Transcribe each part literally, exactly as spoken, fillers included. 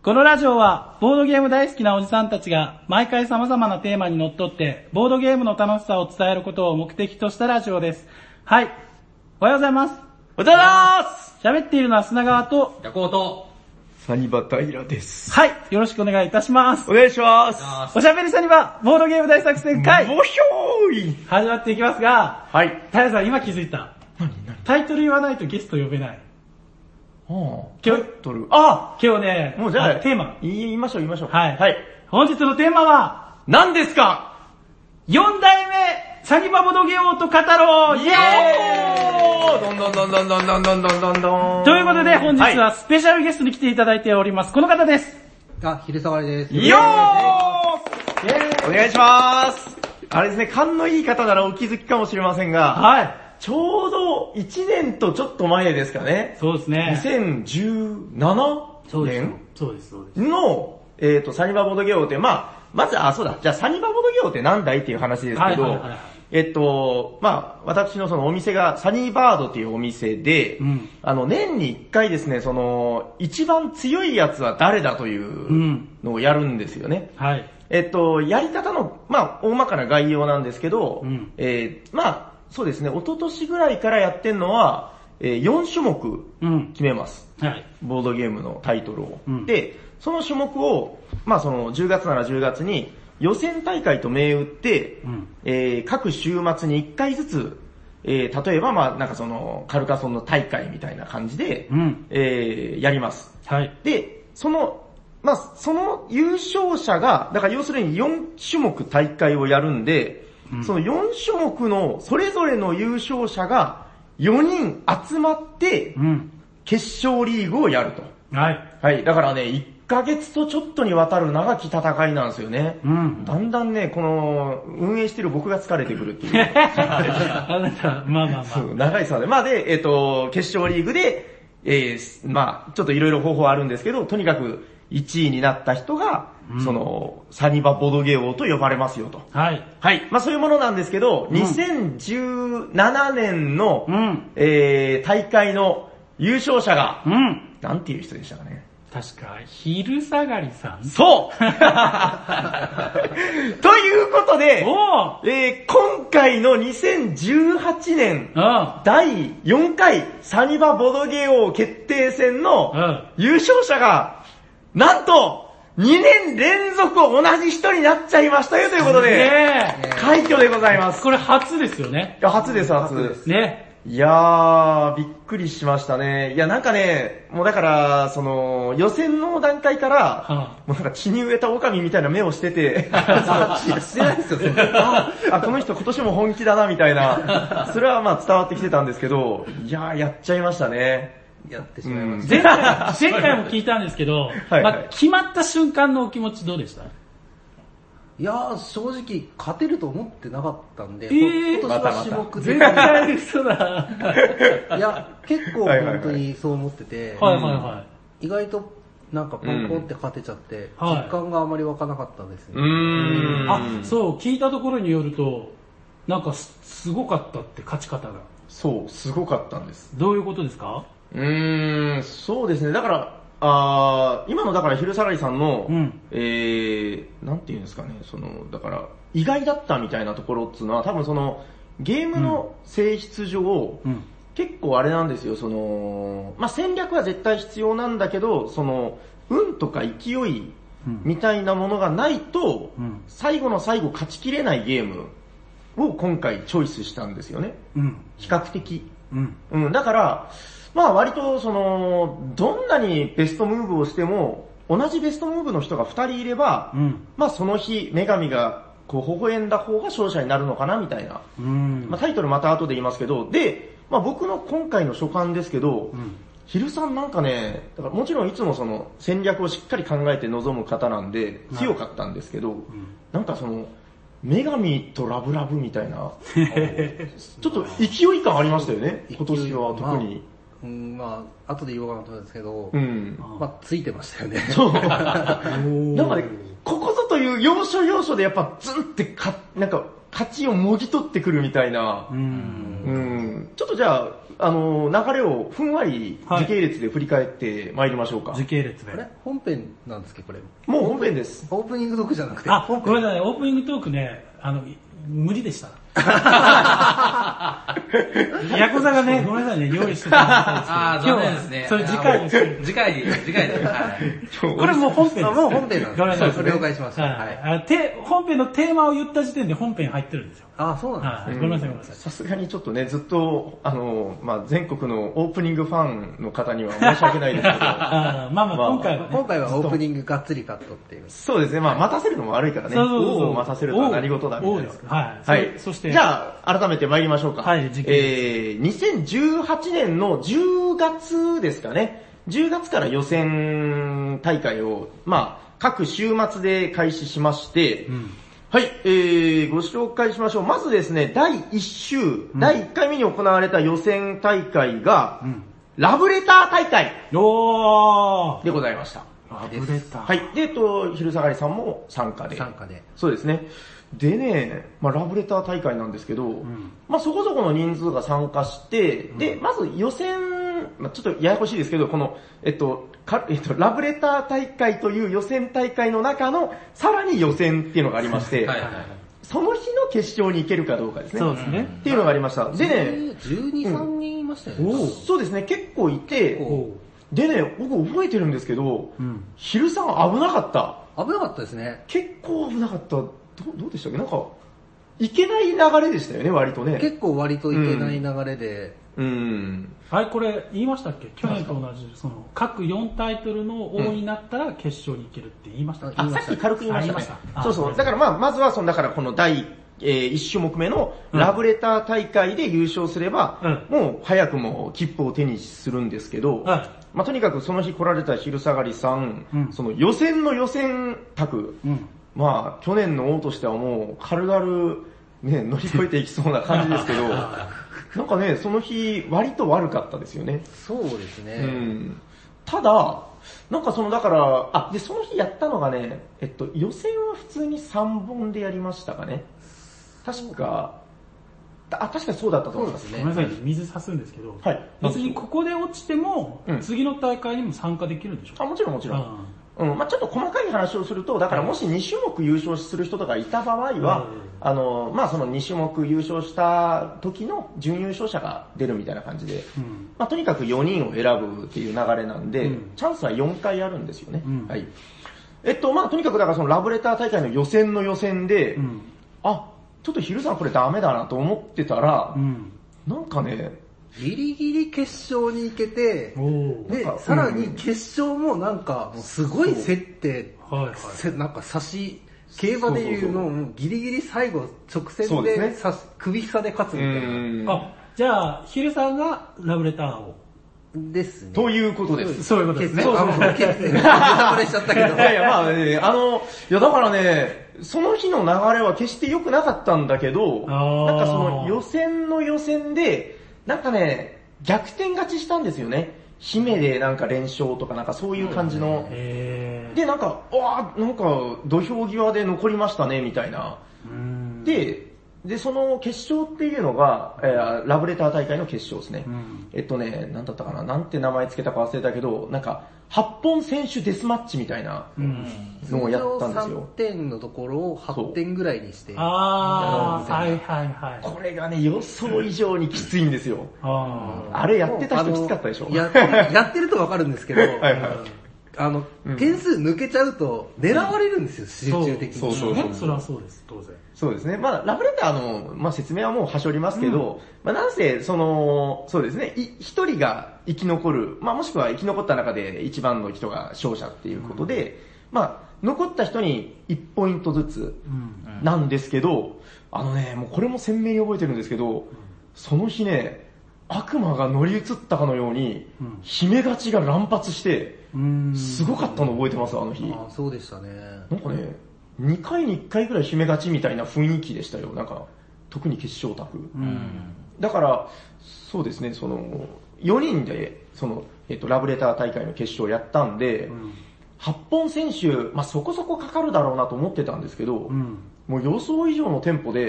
このラジオはボードゲーム大好きなおじさんたちが毎回様々なテーマにのっとってボードゲームの楽しさを伝えることを目的としたラジオです。はい。おはようございます。 おはようございます喋っているのは砂川とヤコウとサニバタイラです。 はい。よろしくお願いいたします。 お願いします。 おしゃべりサニバボードゲーム大作戦会ボヒョーイ始まっていきますが、 はい。 タイラさん今気づいた。 何何タイトル言わないとゲスト呼べない。 はあ、 今日タイトル。 あ今日ね、 もうじゃあ、 テーマ。 言いましょう言いましょう。 はい。 はい。 本日のテーマは、 何ですかよん代目サニバボドゲ王と語ろうイエーイどんどんどんどんどんどんどんどんどんどんということで本日はスペシャルゲストに来ていただいております。この方です。 あ、昼下がりです。 よーお願いします。あれですね、勘のいい方ならお気づきかもしれませんが、 はい。 ちょうどいちねんとちょっと前ですかね。 そうですね。 にせんじゅうななそうです。 ねんそうです、そうです。 の、えっ、と、サニバボドゲ王って、まあ、まず、あ、そうだ、じゃあサニバボドゲ王って何だいっていう話ですけど、 はいはいはいはいえっと、まあ、私のそのお店がサニーバードっていうお店で、 うん、 あの、年にいっかいですね、その、一番強いやつは誰だというのをやるんですよね。 うん、はい。 えっと、やり方の、まあ、大まかな概要なんですけど、 うん、 えー、まあ、そうですね、一昨年ぐらいからやってんのは、えー、よん種目決めます。 うん、はい。 ボードゲームのタイトルを。 うん、 で、その種目を、まあそのじゅうがつならじゅうがつに予選大会と銘打って、うん、えー、各週末にいっかいずつ、えー、例えばまあなんかそのカルカソンの大会みたいな感じで、うん、えー、やります。 はい。 で、その、まあその優勝者が、だから要するによん種目大会をやるんで、うん、そのよん種目のそれぞれの優勝者がよにん集まって、うん、決勝リーグをやると。 はい。 はい。だからね、いっかげつとちょっとにわたる長き戦いなんですよね。うん。だんだんね、この、運営してる僕が疲れてくるっていう。 あなた、まあまあまあ。 そう、長いさで。まあで、えっ、ー、と、決勝リーグで、えー、まあちょっといろいろ方法あるんですけど、とにかくいちいになった人が、うん、その、サニバボドゲ王と呼ばれますよと。 はい。 はい。まあそういうものなんですけど、うん、にせんじゅうななねんの、うん、えー、大会の優勝者が、うん、なんていう人でしたかね。 確か、昼下がりさんそうということで、えー、今回のにせんじゅうはちねん、だいよんかいサニバボドゲ王決定戦の優勝者が、なんと、にねん連続同じ人になっちゃいましたよということで、快挙でございます。 これ初ですよね。 いや、初です、初です。 ね。 いやー、びっくりしましたね。いや、なんかね、もうだから、その、予選の段階から、はあ、もうなんか血に植えた狼みたいな目をしてて、してないですよ、ああ、この人今年も本気だな、みたいな。それはまあ伝わってきてたんですけど、いやー、やっちゃいましたね。 やってしまいました。 前回、前回も聞いたんですけど、はい、はい、まあ、決まった瞬間のお気持ちどうでした？ いやー、正直、勝てると思ってなかったんで、 えー、 今年は種目で。 絶対嘘だ。 いや、結構本当にそう思ってて、 はいはいはい、 意外となんかポンポンって勝てちゃって、うん、実感があまり湧かなかったですね。 うーんあ、そう、聞いたところによると、なんか す, すごかったって勝ち方が。 そう、すごかったんです。 どういうことですか？ うーん、そうですね。だから、あ今のだから昼下がりさんの、うん、えー、なんていうんですかね、その、だから意外だったみたいなところっていうのは多分そのゲームの性質上、うん、結構あれなんですよ、その、まあ、戦略は絶対必要なんだけど、その、運とか勢いみたいなものがないと、うん、最後の最後勝ちきれないゲームを今回チョイスしたんですよね。うん、比較的。うん。うん、だから、まあ割とその、どんなにベストムーブをしても、同じベストムーブの人がふたりいれば、うん、まあその日、女神がこう微笑んだ方が勝者になるのかなみたいな。うん、まあタイトルまた後で言いますけど、で、まあ僕の今回の所感ですけど、うん、ヒルさんなんかね、だからもちろんいつもその戦略をしっかり考えて臨む方なんで強かったんですけど、はいうん、なんかその、女神とラブラブみたいな、ちょっと勢い感ありましたよね、今年は特に。 うん、まあ、後で言おうかなと思うんですけど、うん、まあ、ついてましたよね。 そう。なんかね、ここぞという要所要所でやっぱズンってか、なんか勝ちをもぎ取ってくるみたいな、うん、うんちょっとじゃあ、あのー、流れをふんわり時系列で振り返って参りましょうか。 時系列で。 あれ本編なんですけど、これ。 もう本編です。 オープニングトークじゃなくて。 あ、ごめんなさい、オープニングトークね、あの、無理でした。ヤコザがね、ごめんなさいね、用意してたんですけど。 ああ、残念ですね。 それ次回にしてる。 次回に、次回で。はい。 これもう本編です。 もう本編なんです。 ごめんなさい。 了解しました。 はい。あて本編のテーマを言った時点で本編入ってるんですよ。 あ、そうなんですね。ごめんなさい、ごめんなさい。 さすがにちょっとね、ずっと、あの、まあ全国のオープニングファンの方には申し訳ないですけど。 あまあまあ、今回は、ね、 今回はオープニングがっつりカットっていう。 そうですね、まあ待たせるのも悪いからね。 そうそうそう。 王を待たせるとは何事だみたいな。 ですはい。 はい。 そして。 じゃあ、改めて参りましょうか。 はい、 えー、にせんじゅうはちねんのじゅうがつですかね。じゅうがつから予選大会を、まあ各週末で開始しまして、うんはい、えー、ご紹介しましょう。まずですね、だいいっ週、うん、だいいっかいめに行われた予選大会が、うん、ラブレター大会おーでございました。 ラブレター。 はい。で、えっと、昼下がりさんも参加で。 参加で。 そうですね。でね、まあラブレター大会なんですけど、うん、まあそこそこの人数が参加して、うん、で、まず予選、まあちょっとややこしいですけど、この、えっと、かえっと、ラブレター大会という予選大会の中の、さらに予選っていうのがありまして、はいはいはい、その日の決勝に行けるかどうかですね。 そうですね。 っていうのがありました。でね、 じゅうに、さんにんいましたよね、 うん。そうですね、結構いて、でね、僕覚えてるんですけど、うん、昼さん危なかった。 危なかったですね。 結構危なかった。ど, どうでしたっけなんか、いけない流れでしたよね、割とね。 結構割といけない流れで。 うん。うんあれこれ言いましたっけ去年と同じ、その各よんタイトルの王になったら決勝に行けるって言いましたっけ、 うん、あ、さっき軽く言いましたね。 したそうそう。だからまあ、まずはその、だからこの第、えー、いち種目目のラブレター大会で優勝すれば、うん、もう早くも切符を手にするんですけど、うん、まあとにかくその日来られた昼下がりさん、うん、その予選の予選卓、うん、まあ去年の王としてはもう軽々ね、乗り越えていきそうな感じですけど、なんかね、その日割と悪かったですよね。 そうですね。 うん、ただ、なんかそのだから、あ、で、その日やったのがね、えっと、予選は普通にさんぼんでやりましたかね。確か、あ、確かにそうだったと思いますね。 ごめんなさい、水差すんですけど、はい、別にここで落ちても、うん、次の大会にも参加できるんでしょうか？ あ、もちろんもちろん。うん、まあちょっと細かい話をすると、だからもしに種目優勝する人とかいた場合は、うん、あの、まあそのに種目優勝した時の準優勝者が出るみたいな感じで、うん、まあとにかくよにんを選ぶっていう流れなんで、うん、チャンスはよんかいあるんですよね。うん、はい。えっと、まあとにかくだからそのラブレター大会の予選の予選で、あ、ちょっとヒルさんこれダメだなと思ってたら、なんかね、 ギリギリ決勝に行けて、で、さらに決勝もなんか、すごい競って、はいはい、なんか差し、競馬でいうのをギリギリ最後直線で、ね、首差で勝つみたいな。 あ、じゃあ、ヒルさんがラブレターを。 ですね。 ということです。 そういうことですね。 そうそうそう。ネタバレしちゃったけど。 いやいや、まあね、あの、いやだからね、その日の流れは決して良くなかったんだけど、なんかその予選の予選で、なんかね、逆転勝ちしたんですよね。姫でなんか連勝とかなんかそういう感じの。で、なんか、わー、なんか土俵際で残りましたね、みたいな。で、で、その決勝っていうのが、えー、ラブレター大会の決勝ですね。うん、えっとね、なんだったかな、なんて名前つけたか忘れたけど、なんか、はっぽん選手デスマッチみたいなのをやったんですよ。 さんてんのところをはってんぐらいにして。 あー、はいはいはい。 これがね、予想以上にきついんですよ。あ, あれやってた人きつかったでしょ。 ややってるとわかるんですけど、はいはい、あの、うん、点数抜けちゃうと狙われるんですよ、集中的に。 そうそうそうそう。それはそうです、当然。 そうですね。まあ、ラブレターの、まあ、説明はもう端折りますけど、うん、まあ、なんせ、その、そうですね、一人が生き残る、まあ、もしくは生き残った中で一番の人が勝者っていうことで、うん、まあ、残った人にいちポイントずつなんですけど、うん、あのね、もうこれも鮮明に覚えてるんですけど、うん、その日ね、悪魔が乗り移ったかのように、うん、姫勝ちが乱発して、すごかったの覚えてます、あの日。 あ、そうでしたね。 なんかね、にかいにいっかいぐらい姫勝ちみたいな雰囲気でしたよ。なんか、特に決勝卓。うん、だから、そうですね、その、よにんで、その、えっと、ラブレター大会の決勝をやったんで、うん、はっぽん選手、まあ、そこそこかかるだろうなと思ってたんですけど、うん、もう予想以上のテンポで、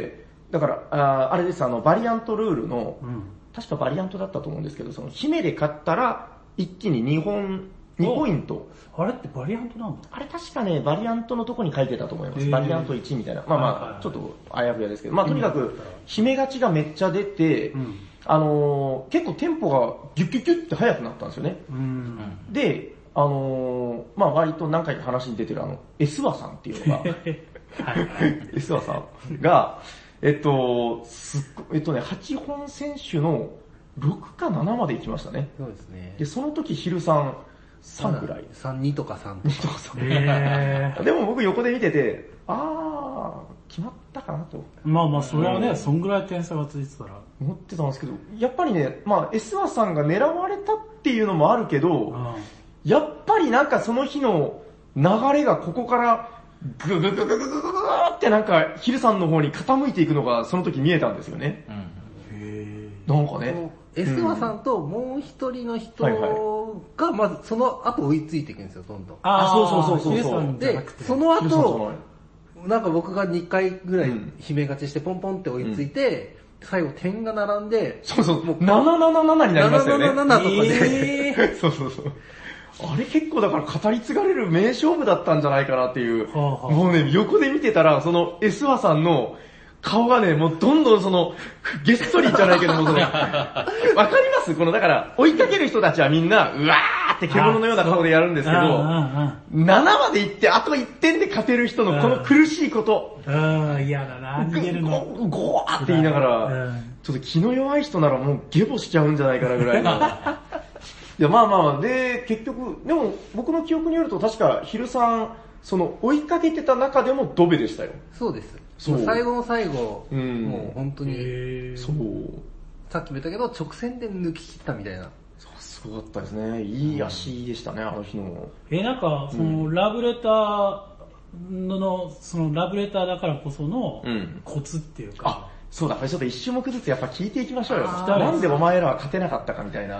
だから、ああれです、あの、バリアントルールの、 うん、 確かバリアントだったと思うんですけど、その、姫で勝ったら、一気ににほん、にポイント。 あれってバリアントなんだ？ あれ確かね、バリアントのとこに書いてたと思います。バリアントいちみたいな。まあまあ、ちょっとあやふやですけど、まあとにかく、姫勝ちがめっちゃ出て、うん、あのー、結構テンポがギュッギュッギュッって速くなったんですよね。うん、で、あのー、まあ割と何回か話に出てるあの、エスワさんっていうのが、はいはい、エスワさんが、えっと、すっごえっとね、はちほん選手のろくかななまで行きましたね。 そうですね。 で、その時ヒルさんさんぐらい。 さん、にとかさんとか。にとかさん。 へーでも僕横で見てて、あー、決まったかなと。 まあまあ、それはね、うん、そんぐらい点差がついてたら。 思ってたんですけど、やっぱりね、まあ、エスワさんが狙われたっていうのもあるけど、うん、やっぱりなんかその日の流れがここから、ぐぐぐぐぐぐぐぐってなんか、ヒルさんの方に傾いていくのがその時見えたんですよね。うん、へーなんかね。 エスワさんともう一人の人が、まずその後追いついていくんですよ、どんどん。 あ、そうそうそうそう。 で、その後、なんか僕がにかいぐらい姫勝ちしてポンポンって追いついて、うん、最後点が並んで、 そうそう、もうななななななになりましたよね。 なななななとかで、 えー、そうそうそう。あれ結構だから語り継がれる名勝負だったんじゃないかなっていう、はあはあ、もうね、横で見てたら、そのエスワさんの顔がね、もうどんどんその、げっそりじゃないけども、その、わかりますこの、だから、追いかける人たちはみんな、うわーって獣のような顔でやるんですけど、ななまで行って、あといってんで勝てる人のこの苦しいこと。 うん、嫌だな、逃げるの。 ゴゴーって言いながら、ちょっと気の弱い人ならもうゲボしちゃうんじゃないかなぐらいの。いや、まあまあ、で、結局、でも僕の記憶によると確か、ヒルさん、その、追いかけてた中でもドベでしたよ。 そうです。そう最後の最後、うん、もう本当に、 そう。 さっきも言ったけど、直線で抜き切ったみたいな。 そう、すごかったですね。いい足でしたね、あの日の。 え、なんか、その、ラブレターの、その、ラブレターだからこその、コツっていうか、うん、 あ、そうだ、ちょっと一種目ずつやっぱ聞いていきましょうよ。なんでお前らは勝てなかったかみたいな。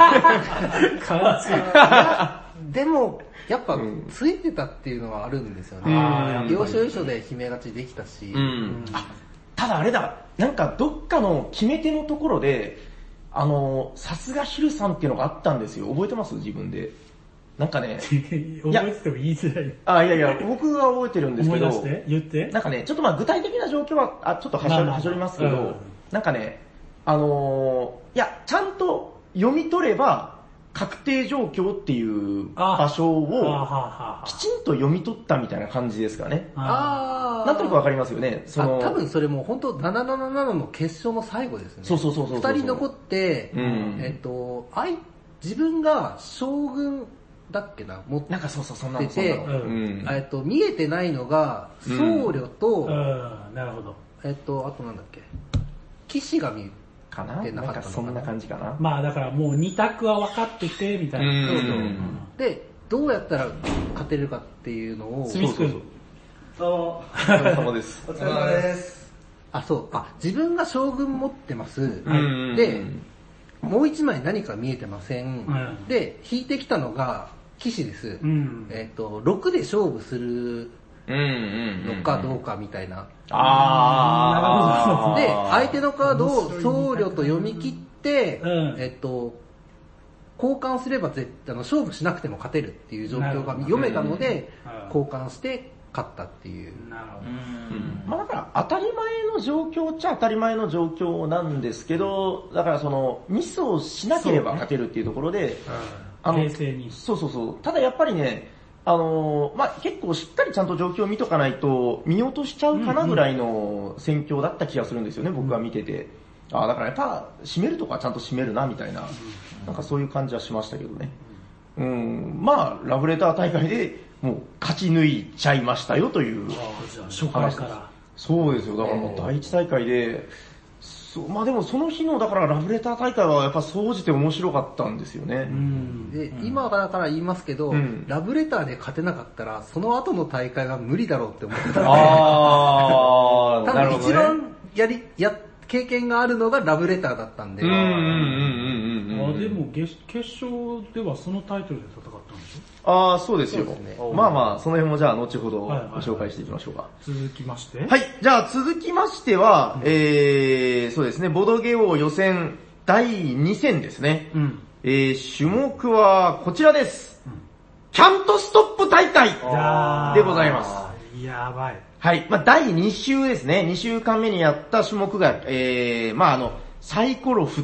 でも、やっぱ、ついてたっていうのはあるんですよね。要所要所で姫勝ちできたし、うんうん。 ただあれだ、なんかどっかの決め手のところで、あの、さすがヒルさんっていうのがあったんですよ。覚えてます自分で。なんかね。 覚えてても言いづらい。 あ、いやいや、僕が覚えてるんですけど。 思い出して言って。 なんかね、ちょっとまあ具体的な状況は、あちょっとはしょり、はしょりますけど、うん、なんかね、あのー、いや、ちゃんと読み取れば、確定状況っていう場所をきちんと読み取ったみたいな感じですかね。あなんとなくわかりますよね。 その多分それも本当なななななの決勝の最後ですね。 そうそうそうそうふたり残って、うん、えっと、あい、自分が将軍だっけな、持ってて、 なんかそうそうそんなのそんなの、 うん、えっと、見えてないのが僧侶と、 うんうん、なるほど。 えっと、あとなんだっけ、騎士が見える。 かななんかそんな感じかな。 まあだからもうに択は分かってて、みたいな。そうそう。 で、どうやったら勝てるかっていうのを。 スミス君。 どうも。お疲れ様です。 お疲れ様です。あ、そう。あ、自分が将軍持ってます。で、もう一枚何か見えてません。で、引いてきたのが騎士です。えっと、ろくで勝負するのかどうかみたいな。 あー。で、相手のカードを僧侶と読み切って、えっと、交換すれば絶対、あの、勝負しなくても勝てるっていう状況が読めたので、交換して勝ったっていう。なるほど。 うん、まあだから当たり前の状況っちゃ当たり前の状況なんですけど、だからその、ミスをしなければ勝てるっていうところで、 あの、冷静に。 そうそうそう。ただやっぱりね、あのー、まあ、結構しっかりちゃんと状況を見とかないと見落としちゃうかなぐらいの戦況だった気がするんですよね、うんうん、僕は見てて。ああ、だからやっぱ、締めるとこはちゃんと締めるな、みたいな、なんかそういう感じはしましたけどね。うん、まあ、ラブレター大会でもう勝ち抜いちゃいましたよという話。 初回から。 そうですよ、だからもう第一大会で、そうまあでもその日のだからラブレター大会はやっぱ総じて面白かったんですよね。 うんで今だから言いますけど、うん、ラブレターで勝てなかったらその後の大会が無理だろうって思ってたんで。あ多分一番やりや経験があるのがラブレターだったんで。うんうんうんうんうあ、でも決勝ではそのタイトルで戦ったんでしょ？ ああ、そうですよ。すね、まあまあ、その辺もじゃあ後ほどご紹介していきましょうか。 はいはいはい、続きまして。 はい、じゃあ続きましては、うん、えー、そうですね、ボドゲ王予選だいに戦ですね。うん、えー、種目はこちらです。うん、キャントストップ大会でございます。 やばい。 はい。まあ、だいに週ですね。に週間目にやった種目が、えー、まあ、あの、サイコロ振って、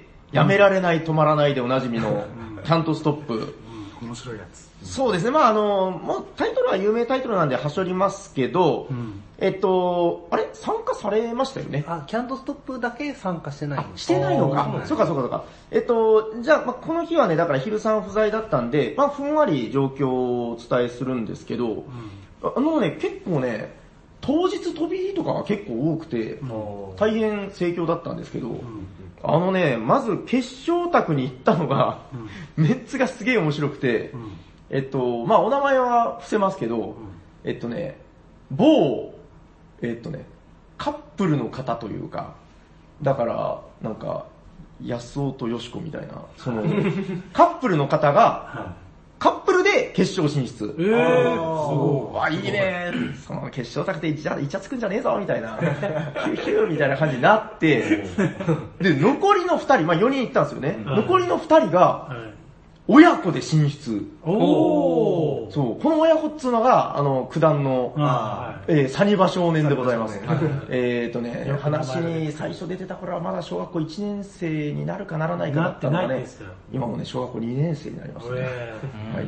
やめられない、止まらないでおなじみの、キャントストップ。 うん、面白いやつ。 そうですね。まあ、あの、もうタイトルは有名タイトルなんではしょりますけど、うん、えっと、あれ参加されましたよね。 あ、キャントストップだけ参加してない。 してないのか。そうかそうかそうか。えっと、じゃあ、まあ、この日はね、だからヒルさん不在だったんで、まあ、ふんわり状況をお伝えするんですけど、うん、あのね、結構ね、当日飛びとかが結構多くて、大変盛況だったんですけど、あのね、まず決勝卓に行ったのが、メッツがすげえ面白くて、えっと、まあお名前は伏せますけど、えっとね、某、えっとね、カップルの方というか、だから、なんか、安尾とよしこみたいな、その、カップルの方が、カップルで決勝進出。 えー、そう。わ、いいねー。その決勝卓でイチャ、イチャつくんじゃねえぞ、みたいな。ヒューヒューみたいな感じになって、で、残りの二人、まあよにん行ったんですよね。残りの二人が、親子で進出。 おー。 そう。この親子っつうのが、あの、九段の、えー、サニバ少年でございます。えーとね、話に最初出てた頃はまだ小学校いちねん生になるかならないかだったのがね、今もね、小学校にねん生になりましたね。はい、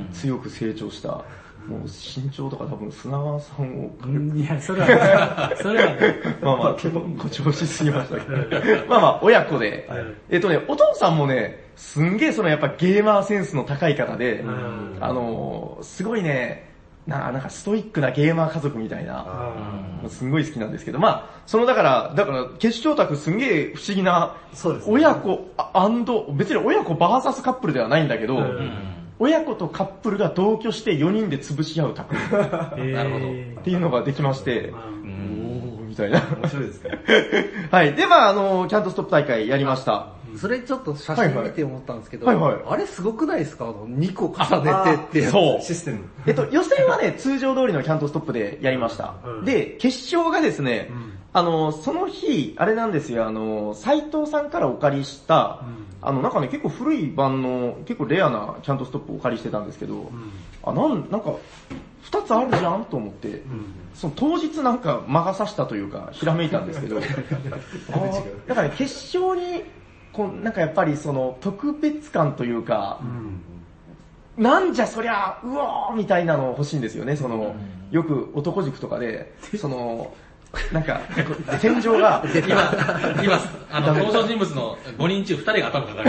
強く成長した。もう身長とか多分砂川さんを。 いや、それは、それはね。 まあまあ、ご調子すぎましたけど。まあまあ、親子で。えっとね、お父さんもね、すんげえそのやっぱゲーマーセンスの高い方で、あの、すごいね、ななんかストイックなゲーマー家族みたいな、すんごい好きなんですけど、まあ、そのだから、だから決勝卓すんげえ不思議な、親子、アンド、別に親子バーサスカップルではないんだけど、親子とカップルが同居してよにんで潰し合う卓。 なるほど。 っていうのができまして、おーみたいな。 面白いですね。 はい。で、まああの、キャントストップ大会やりました。 それちょっと写真見て思ったんですけど、 はいはい、 あれすごくないですか？あのにこ重ねてっていうそうシステム。 えっと、予選はね、通常通りのキャントストップでやりました。うん、で、決勝がですね、うん、あの、その日、あれなんですよ、あの、斉藤さんからお借りした、うん、あの、なんかね、結構古い版の、結構レアなキャントストップをお借りしてたんですけど、うん、あ、なん、なんか、二つあるじゃんと思って、うん、その当日なんか魔が差したというか、ひらめいたんですけど、だからね、決勝に、こうなんかやっぱりその特別感というか、うん、なんじゃそりゃ、うおーみたいなの欲しいんですよね。その、よく男塾とかで、その、なんか、戦場が、 今、今、あの、登場人物のごにん中ふたりが頭がかか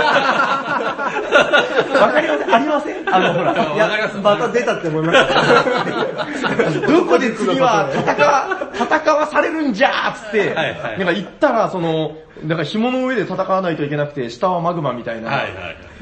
る。わかりませんありませんあの、ほら。 いや、また出たって思いました。 どこで次は戦わ、戦わされるんじゃーっつって、はいはい、なんか行ったら、その、だから紐の上で戦わないといけなくて、下はマグマみたいな。はいはい、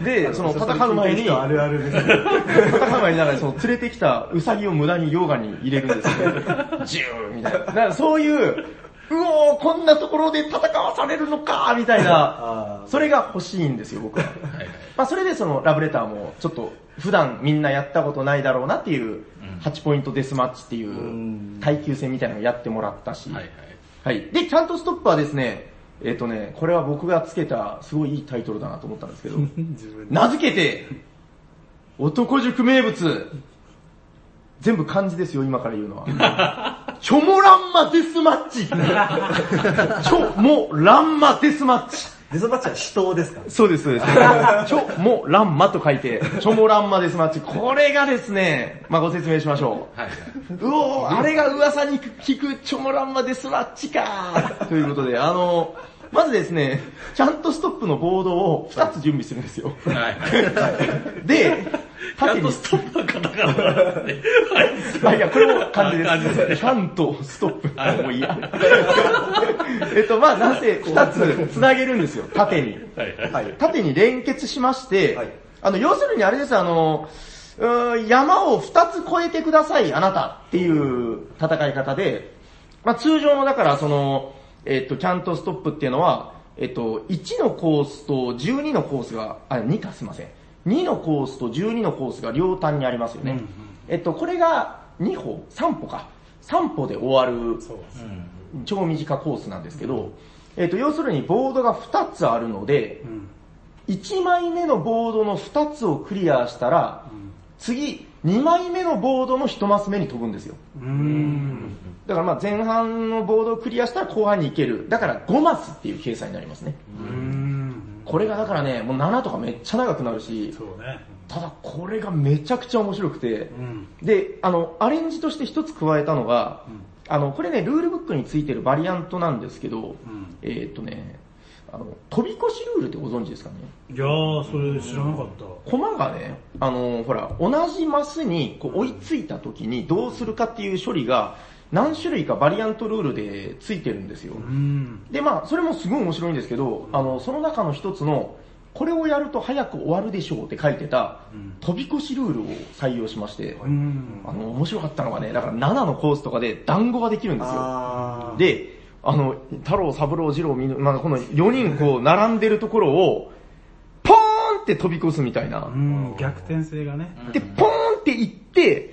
で、その戦う前に、 あるあるですね、 戦う前になんかその連れてきたウサギを無駄に溶岩に入れるんですよ。ジューみたいな。だからそういう、うおー、こんなところで戦わされるのかみたいな、それが欲しいんですよ、僕は。はいはい、まあそれでそのラブレターも、ちょっと普段みんなやったことないだろうなっていう、はちポイントデスマッチっていう耐久戦みたいなのをやってもらったし。はいはい。はい。で、キャントストップはですね、えっとね、これは僕がつけたすごいいいタイトルだなと思ったんですけど、名付けて、男塾名物、全部漢字ですよ、今から言うのは。チョモランマデスマッチ。チョモランマデスマッチ。 デスマッチは死闘ですか？ そうです、そうです。チョモランマと書いて、チョモランマデスマッチ。これがですね、まあご説明しましょう。はい、うおー、あれが噂に聞くチョモランマデスマッチかということで、あの、まずですね、ちゃんとストップのボードをふたつ準備するんですよ。はい、で、 縦にストップはカタカナなんですね。 はい。いや、これも漢字です。ちゃんとストップ。もういいや。えっと、まあ、なんせふたつ繋げるんですよ、縦に。はい。縦に連結しまして、はい、あの、要するにあれです、あの、うーん山をふたつ越えてください、あなたっていう戦い方で、まあ、通常のだからその、えっと、キャントストップっていうのは、 えっと、いちのコースとじゅうにのコースが、あ、にかすいません。にのコースとじゅうにのコースが両端にありますよね。うんうん、えっと、これがに歩、さん歩か。さん歩で終わる、そうです、うん、超短コースなんですけど、うん、えっと、要するにボードがふたつあるので、うん、いちまいめのボードのふたつをクリアしたら、うん、次、にまいめのボードのいちマス目に飛ぶんですよ。うーん、だからまあ前半のボードをクリアしたら後半に行ける。だからごマスっていう計算になりますね。うーん、これがだからね、もうななとかめっちゃ長くなるし、そうね、ただこれがめちゃくちゃ面白くて、うん、で、あの、アレンジとして一つ加えたのが、うん、あの、これね、ルールブックについてるバリアントなんですけど、うん、えーっとね、あの、飛び越しルールってご存知ですかね？ いやー、それ知らなかった。 駒がね、あの、ほら、同じマスにこう追いついた時にどうするかっていう処理が何種類かバリアントルールでついてるんですよ。うん、で、まあ、それもすごい面白いんですけど、あの、その中の一つの、これをやると早く終わるでしょうって書いてた、飛び越しルールを採用しまして、うん、あの、面白かったのがね、だからななのコースとかで団子ができるんですよ。で、あの、太郎、三郎、二郎、みの、まあ、このよにんこう並んでるところを、ポーンって飛び越すみたいな。 うん、逆転性がね。 で、ポーンって行って、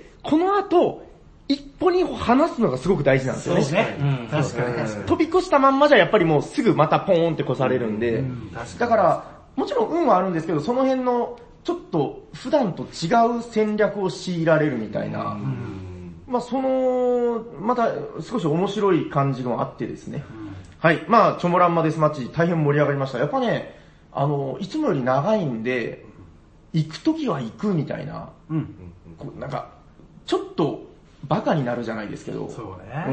この後、一歩二歩離すのがすごく大事なんですよね。 そうね。うん、確かに。 飛び越したまんまじゃやっぱりもうすぐまたポーンって越されるんで、うん、だから、もちろん運はあるんですけど、その辺の、ちょっと普段と違う戦略を強いられるみたいな。うん、まあその、また少し面白い感じもあってですね。うん、はい。まあ、チョモランマデスマッチ大変盛り上がりました。やっぱね、あの、いつもより長いんで、行くときは行くみたいな。うん、こうなんか、ちょっとバカになるじゃないですけど。そうね。うん。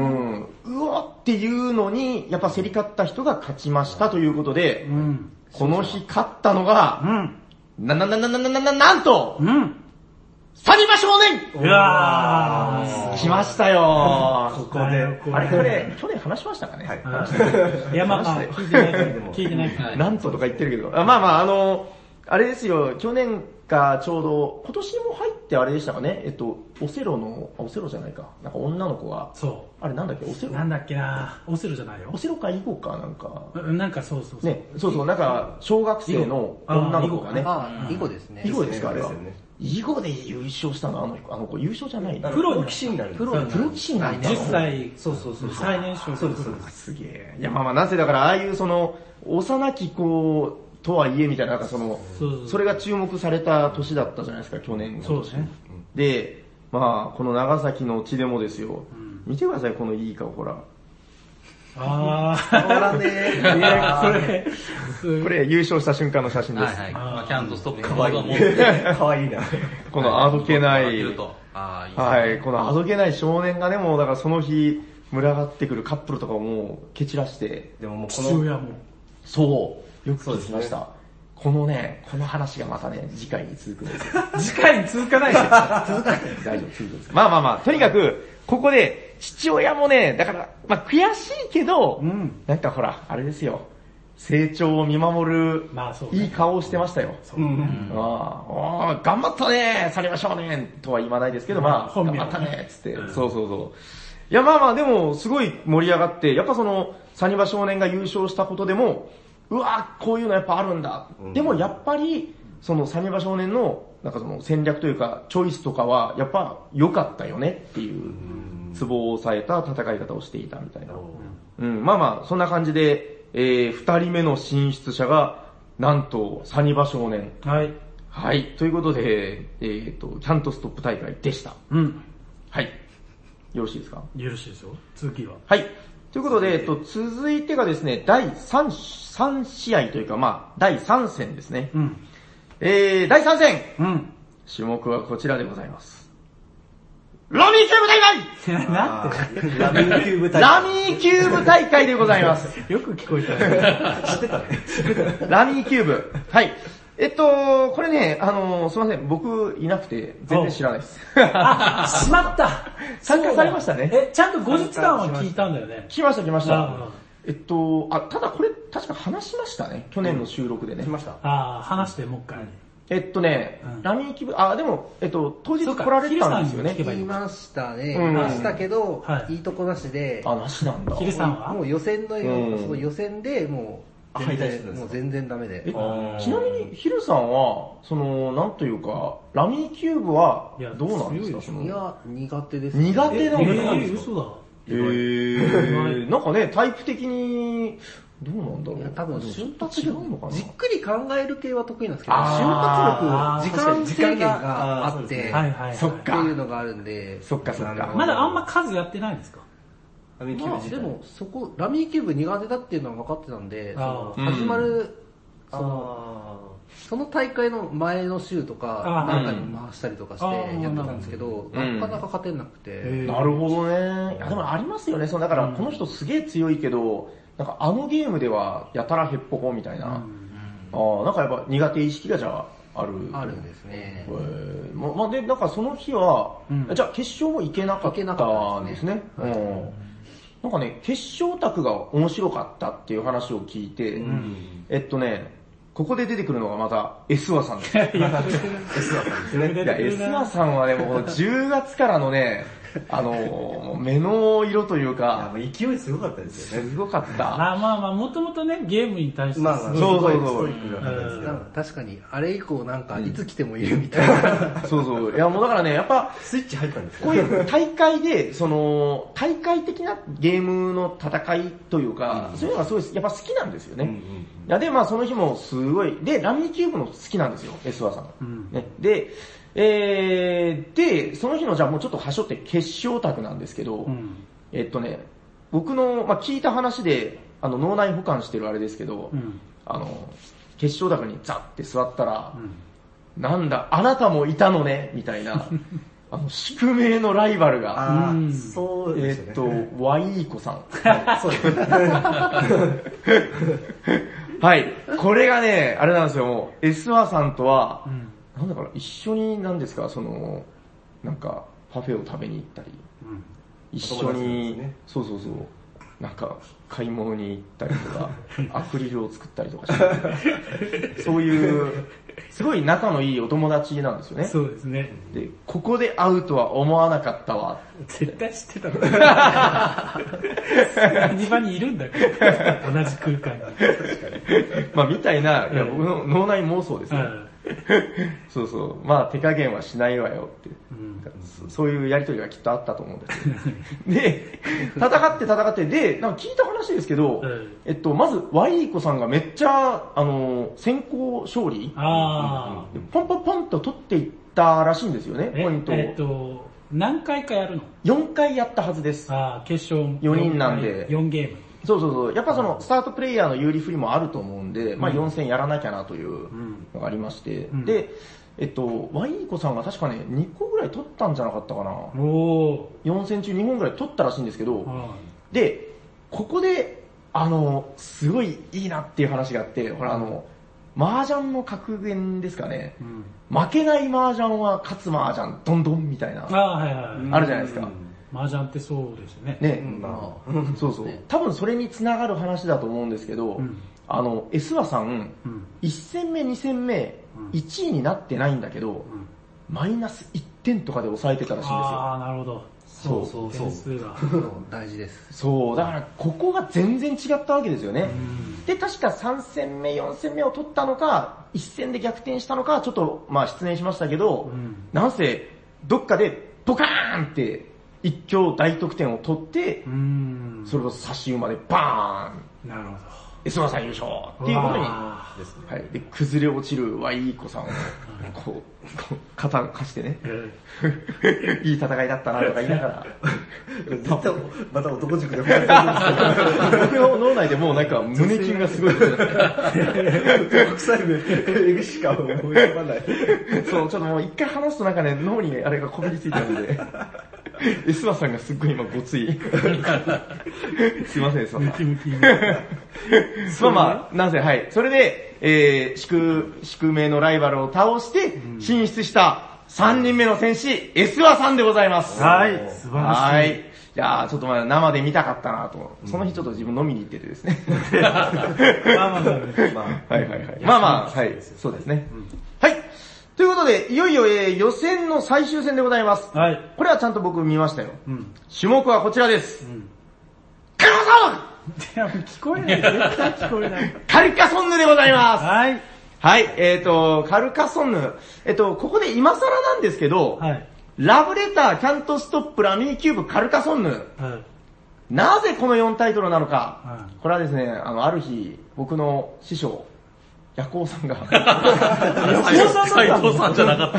うおっていうのに、やっぱ競り勝った人が勝ちましたということで、うん、この日勝ったのが、うん、な、な、な、な、な、な、な、なんと、うん、サニバ少年うわー来ましたよここで。 あれこれ、去年話しましたかね、はい、話した。 いや、まあまあ、聞いてないけど、聞いてないけど。 なんととか言ってるけど。まあまあ、あの、あれですよ、去年かちょうど、今年も入ってあれでしたかね、えっと、オセロの、オセロじゃないか、なんか女の子が、そう。あれなんだっけ、オセロなんだっけなオセロじゃないよ。 オセロか囲碁かなんか。 なんかそうそうそう。 ね、そうそう、なんか、小学生の女の子がね。 ああ、囲碁ですね。 囲碁ですか、あれは。囲碁で優勝したのあのあの子優勝じゃないプロ棋士になる。 プロ棋士になる。 じゅっさい、 そうそうそう。 最年少。 そうです、そうです。すげえ。いや、まあまあ、なぜだから、ああいうその、幼き子とはいえみたいな、なんかその、それが注目された年だったじゃないですか、去年の年。そうですね。で、まあ、この長崎の地でもですよ。見てください、このいい顔、ほら。 あー。 そうだねー。 いや、これ、 これ優勝した瞬間の写真です。 はいはい。まあ、キャンとストップかわいい。かわいいな。このあどけない、はい、このあどけない少年がね、もうだからその日、群がってくるカップルとかをもう蹴散らして、 でももうこの、父親も。 そう、よく聞きました。このね、この話がまたね、次回に続くんですよ。 次回に続かないです続かない大丈夫、続くんです。まあまあまあ、とにかく、ここで、父親もね、だから、まあ悔しいけど、うん、なんかほら、あれですよ。成長を見守る、まあそうね、いい顔をしてましたよ。そうね、うん、ああ、頑張ったね、サニバ少年とは言わないですけど、まあ、頑張ったね、つって、うん、そうそうそう。いや、まあまあ、でも、すごい盛り上がって、やっぱその、サニバ少年が優勝したことでも、うわこういうのやっぱあるんだ。うん、でもやっぱり、そのサニバ少年の、なんかその戦略というか、チョイスとかは、やっぱ良かったよねっていう、ツボを抑えた戦い方をしていたみたいな。うん、まあまあ、そんな感じで、えー、二人目の進出者が、なんと、サニバ少年。はい。はい。ということで、えっ、ー、と、キャントストップ大会でした。うん。はい。よろしいですか？ よろしいですよ。続きは。 はい。ということで、えっと、続いてがですね、だいさん、さん試合というか、まあ、だいさん戦ですね。うん。えー、だいさん戦。うん。種目はこちらでございます。ラミーキューブ大会なんてラミーキューブ大会。 ラミーキューブ大会でございます。 よく聞こえたね。 知ってたね。 ラミーキューブ。はい。えっと、これね、あのー、すいません、僕いなくて全然知らないです。 あ、しまった参加されましたね。 え、ちゃんと後日談は聞いたんだよね。 来ました来ました。えっと、あ、ただこれ確か話しましたね。去年の収録でね。 しました。 ああ、話してもう一回。 えっとね、うん、ラミーキブ、あ、でも、えっと、当日来られたんですよね。 言いましたね。言いましたけど、はい、いいとこなしで。 あ、なしなんだ。 ヒルさんはもう予選の、うん、その予選でもう、 全然、もう全然ダメで。 ちなみに、ヒルさんは、その、なんというか、ラミーキューブはどうなんですか？そのいや、苦手です、 ね。苦手なんですか？ えー、嘘だ。 えー、なんかね、タイプ的に、どうなんだろう。 いや、多分瞬発違うのかな。 じっくり考える系は得意なんですけど、瞬発力、時間制限があって、 はいはい。 そっか。 っていうのがあるんで。 そっかそっか。 まだあんま数やってないんですか？ ラミーキューブ自体。まあ、でも、そこ、ラミーキューブ苦手だっていうのは分かってたんで、その始まる、その、その大会の前の週とか、何回も回したりとかしてやってたんですけど、なかなか勝てなくて。 なるほどね。いや、でもありますよね。そのだから、この人すげえ強いけど、なんかあのゲームではやたらへっぽこみたいな。ああ、なんかやっぱ苦手意識がじゃあ、ある。 あるんですね。 えー、まあで、なんかその日は、じゃあ決勝も行けなかったんですね。なんかね、決勝卓が面白かったっていう話を聞いて、うん、えっとね、ここで出てくるのがまた、エスワさんです。エスワさんですね。いや、エスワさんはね、もうじゅうがつからのね、あの、目の色というか、 勢いすごかったですよね。 すごかった。 まあまあまあ、もともとね、ゲームに対して。 まあ、そうそうそう。 確かに、あれ以降なんか、いつ来てもいるみたいな。 そうそう。いや、もうだからね、やっぱ、 スイッチ入ったんですよ。 こういう大会で、その、大会的なゲームの戦いというか、そういうのがすごい、やっぱ好きなんですよね。いや、で、まあその日もすごい、で、ラミーキューブの好きなんですよ、エスワさん。ね、で、えー、で、その日のじゃあもうちょっと端折って決勝卓なんですけど、うん、えっとね、僕の、まあ、聞いた話で、あの、脳内保管してるあれですけど、うん、あの、決勝卓にザッて座ったら、うん、なんだ、あなたもいたのね、みたいな、あの、宿命のライバルが、 あー、そうですね。 えっと、ワイーコさん。そうですね。はい。これがね、あれなんですよ、もう、エスワさんとは、うんなんだから一緒になんですか、その、なんかパフェを食べに行ったり、うん、一緒に、ね、そうそうそう、なんか買い物に行ったりとか、アクリルを作ったりとかして、そういう、すごい仲のいいお友達なんですよね。 そうですね。 で、ここで会うとは思わなかったわ。 絶対知ってたの。何場にいるんだから、同じ空間に。 まあみたいな、いや僕の脳内妄想ですね。うんそうそう。まあ手加減はしないわよって、うん、そういうやりとりがきっとあったと思うんですよ。で、戦って戦って、で、なんか聞いた話ですけど、うん、えっと、まず、ワイーコさんがめっちゃ、あの、先行勝利あ、 うん、ポンポンポンと取っていったらしいんですよね、ポイントを。 えっと、何回かやるの ? よん 回やったはずです。 ああ、決勝よにんなんで。 よんゲーム。 そうそうそう。やっぱその、スタートプレイヤーの有利不利もあると思うんで、うん、まあよん戦やらなきゃなというのがありまして、うん、で、えっと、ワイーコさんが確かね、にこぐらい取ったんじゃなかったかな。 おー。 よん戦中にほんぐらい取ったらしいんですけど、で、ここで、あの、すごいいいなっていう話があって、ほらあの、麻雀の格言ですかね、うん、負けない麻雀は勝つ麻雀、どんどんみたいな、 あ、はいはいはい、 あるじゃないですか。 麻雀ってそうですね。 ね、うん、まあ、そうそう。多分それに繋がる話だと思うんですけど、うん、あの、エスワさん、うん、いち戦目、に戦目、いちいになってないんだけど、うん、マイナスいってんとかで抑えてたらしいんですよ。 ああ、なるほど。 そうそうそう。 点数が大事です。 そう、だからここが全然違ったわけですよね。で、確かさん戦目、よん戦目を取ったのか、いち戦で逆転したのか、ちょっと、まあ失念しましたけど、うん、なんせ、どっかでポカーンって、一挙大得点を取って、うーんそれこそ差し馬でバーンなるほど。 エスワさん優勝っていうことに、はい、で崩れ落ちるワイーコさんを、こう、こう肩を貸してね、いい戦いだったなとか言いながら、 また男塾で僕の脳内でもうなんか胸キュンがすごい。 国際名、エグしか思い浮かばない。 そう、ちょっともう一回話すとなんかね、脳にあれがこびりついてるんで。エスワさんがすっごい今ごつい。すいません、エスワさん。ムキムキ。まあまあ、なぜ、はい。それで、えー、宿、宿命のライバルを倒して、進出したさんにんめの戦士、エスワさんでございます。 はい、素晴らしい。 はい。じゃあ、ちょっとまあ生で見たかったなと。その日ちょっと自分飲みに行っててですね。まあまあまあ、はいはいはい。まあまあ、はい、そうですね。はい。ということで、いよいよ、えー、予選の最終戦でございます。 はい。 これはちゃんと僕見ましたよ。うん、種目はこちらです。うん、 カルカソンいや、聞こえない。絶対聞こえない。 カルカソンヌでございます。 はい。 はい、えっ、ー、と、カルカソンヌ。えっ、と、ここで今更なんですけど、はい、ラブレター、キャントストップ、ラミーキューブ、カルカソンヌ。はい、なぜこのよんタイトルなのか。はい、これはですね、あの、ある日、僕の師匠、ヤコウさんが。 ヤコウさん斉藤さんじゃなかった。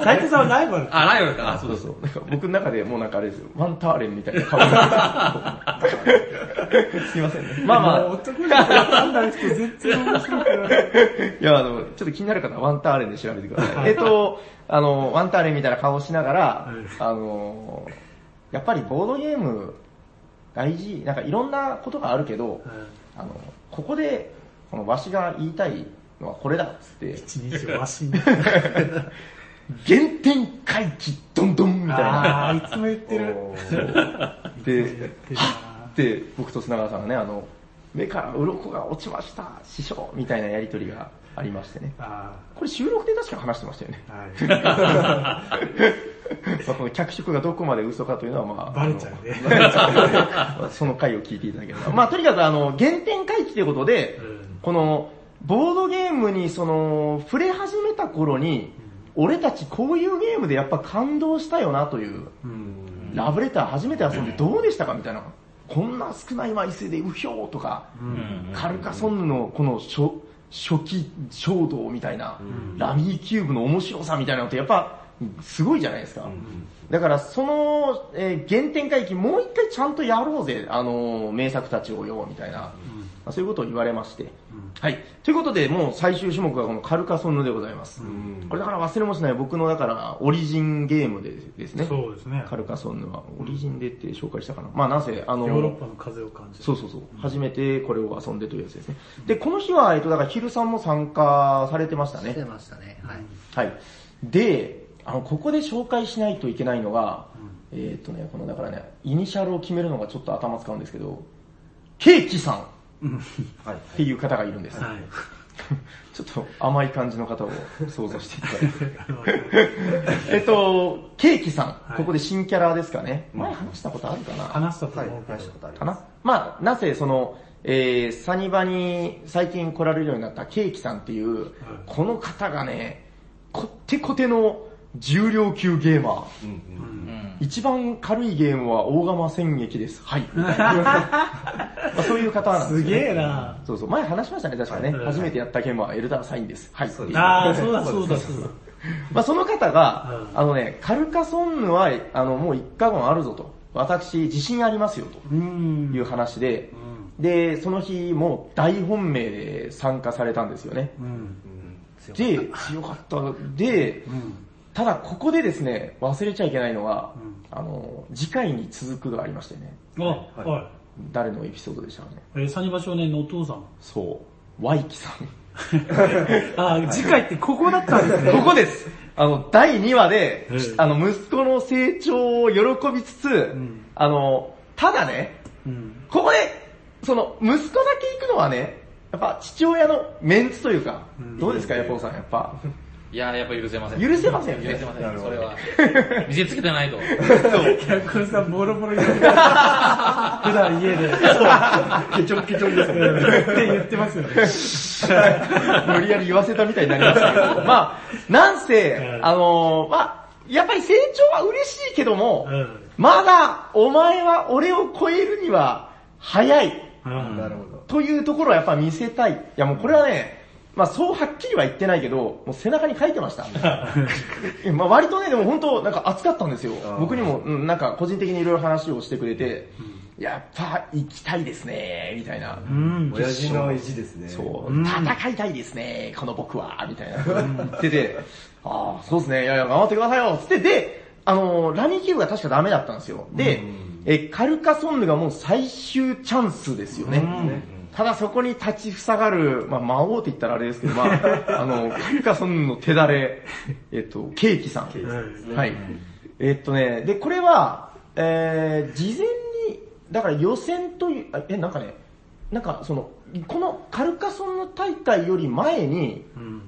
斉藤さんはライバル。 あ、ライバルか。 あ、そうそう。なんか僕の中でもうなんかあれですよ。ワンターレンみたいな顔が。すいませんね。まあまあ。 男の子わかんない人全然面白くない。 いや、あの、ちょっと気になる方はワンターレンで調べてください。えっと、あの、ワンターレンみたいな顔をしながら、あの、やっぱりボードゲーム大事、なんかいろんなことがあるけど、あの、ここで、このわしが言いたいのはこれだっつって。 一日わしに。 原点回帰ドンドンみたいな。 ああ、いつも言ってる。 で、はって僕と砂川さんがね、あの、目から鱗が落ちました、師匠みたいなやりとりがありましてね。あこれ収録で確か話してましたよね。はいまあこの脚色がどこまで嘘かというのはまあ。 バレちゃうね。 その回を聞いていただければ。まあとにかくあの、原点回帰ということで、うんこの、ボードゲームにその、触れ始めた頃に、うん、俺たちこういうゲームでやっぱ感動したよなという、うん、ラブレター初めて遊んでどうでしたかみたいな。こんな少ない枚数でうひょーとか、うん、カルカソンヌのこの初初期衝動みたいな、うん、ラミーキューブの面白さみたいなのってやっぱすごいじゃないですか。うん、だからその、えー、原点回帰もう一回ちゃんとやろうぜ、あのー、名作たちをよ、みたいな。そういうことを言われまして、うん。はい。ということで、もう最終種目がこのカルカソンヌでございます。うん、これだから忘れもしない僕のだからオリジンゲームでですね。 そうですね。 カルカソンヌはオリジンでって紹介したかな。まあなぜ、あの、 ヨーロッパの風を感じる。 そうそうそう。うん、初めてこれを遊んでというやつですね。で、この日は、えっと、だからヒルさんも参加されてましたね。 してましたね。はい。 はい。で、あの、ここで紹介しないといけないのが、うん、えー、っとね、このだからね、イニシャルを決めるのがちょっと頭使うんですけど、ケーキさん。はい、っていう方がいるんです。はい、ちょっと甘い感じの方を想像していただいて。えっと、ケーキさん、はい、ここで新キャラですかね。前話したことあるかな話したと思う、 はい、話したことあるかなまあ、なぜその、えー、サニバに最近来られるようになったケーキさんっていう、はい、この方がね、こってこての重量級ゲーマー。うんうんうん、一番軽いゲームは大釜戦役です。はい。まあそういう方なんです、ね。 すげえなそうそう。前話しましたね、確かね。はい、初めてやったゲームはエルダーサインです。はい。 ああ、そうだそうだそうだ。 まあその方が、あのね、カルカソンヌは、あの、もう一過言あるぞと。私、自信ありますよ、という話で、で、その日も大本命で参加されたんですよね。うん、で、強かった。で、うんただ、ここでですね、忘れちゃいけないのは、うん、あの、次回に続くがありましてね。 あ、はい。 誰のエピソードでしたかね。 えー、サニバ少年のお父さん。 そう。ワイキさん。 あ、次回ってここだったんですね。 ここです。あの、だいにわで、あの、息子の成長を喜びつつ、うん、あの、ただね、うん、ここで、その、息子だけ行くのはね、やっぱ父親のメンツというか、うん、どうですか、ヤコウさん、やっぱ。 いやーやっぱ許せません。 許せませんよね。 許せません。それは。見せつけてないと。 そう。ヤコウさんボロボロ言ってます。普段家で。 ケチョンケチョンですね。 って言ってますよね。 無理やり言わせたみたいになりましたけど。まあ、なんせ、あのー、まあ、やっぱり成長は嬉しいけども、うん、まだお前は俺を超えるには早い。うん、なるほど。というところはやっぱ見せたい。いやもうこれはね、まあそうはっきりは言ってないけど、もう背中に書いてました。まあ割とね、でも本当なんか熱かったんですよ。僕にも、うん、なんか個人的にいろいろ話をしてくれて、うん、やっぱ行きたいですね、みたいな。 うん、親父の意地ですね。 そう、うん、戦いたいですね、この僕は、みたいな。言ってて、ああ、そうですね、いやいや、頑張ってくださいよ、つって、で、あの、ラミーキューブが確かダメだったんですよ。で、え、カルカソンヌがもう最終チャンスですよね。うんただそこに立ちふさがる、まあ魔王って言ったらあれですけど、まあ、あの、カルカソンヌの手だれ、えっと、ケーキさん。ケーキさんですね。はい。えっとね、で、これは、えー、事前に、だから予選という、え、なんかね、なんかその、このカルカソンヌ大会より前に、うん、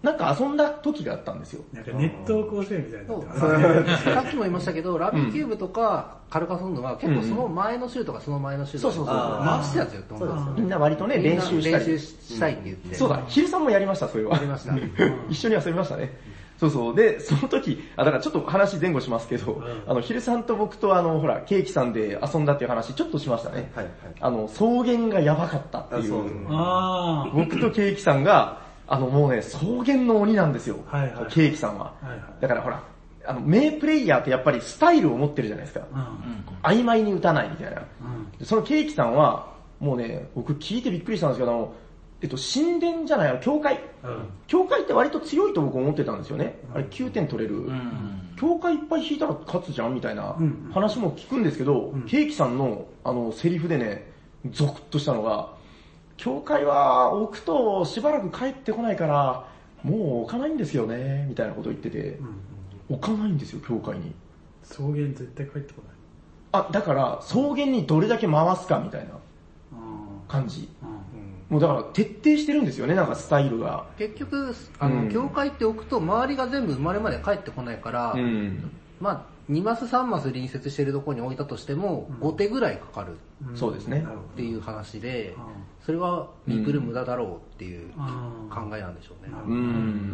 なんか遊んだ時があったんですよ。 なんかネット甲子園みたいな。 さっきも言いましたけど、ラビーキューブとかカルカソンヌは結構その前の週とかその前の週とか回してたやつよって思うんですよ。 みんな割とね、練習したり。 練習したいって言って。 そうだ、ヒルさんもやりました、それは。 やりました。 一緒に遊びましたね。そうそう。で、その時、あ、だからちょっと話前後しますけど、あの、ヒルさんと僕とあの、ほら、ケーキさんで遊んだっていう話ちょっとしましたね。はいはい。あの、草原がやばかったっていう。あ僕とケーキさんが、あのもうね、草原の鬼なんですよ。はいはい、ケーキさんは、はいはい。だからほら、あの、名プレイヤーってやっぱりスタイルを持ってるじゃないですか。うんうん、曖昧に打たないみたいな、うん。そのケーキさんは、もうね、僕聞いてびっくりしたんですけど、あの、えっと、神殿じゃない、教会、うん。教会って割と強いと僕思ってたんですよね。あれきゅうてん取れる。うん、教会いっぱい引いたら勝つじゃんみたいな話も聞くんですけど、うん、ケーキさんのあの、セリフでね、ゾクッとしたのが、教会は置くとしばらく帰ってこないから、もう置かないんですよね、みたいなこと言ってて、うんうん、置かないんですよ、教会に。 草原絶対帰ってこない。 あ、だから草原にどれだけ回すかみたいな感じ。うんうん、もうだから徹底してるんですよね、なんかスタイルが。 結局、あの、うん、教会って置くと周りが全部生まれまで帰ってこないから、うん、まあ、にマスさんマス隣接してるところに置いたとしても、ごてぐらいかかる。 そうですね。 っていう話で、それは見くる無駄だろうっていう考えなんでしょうね。 うん。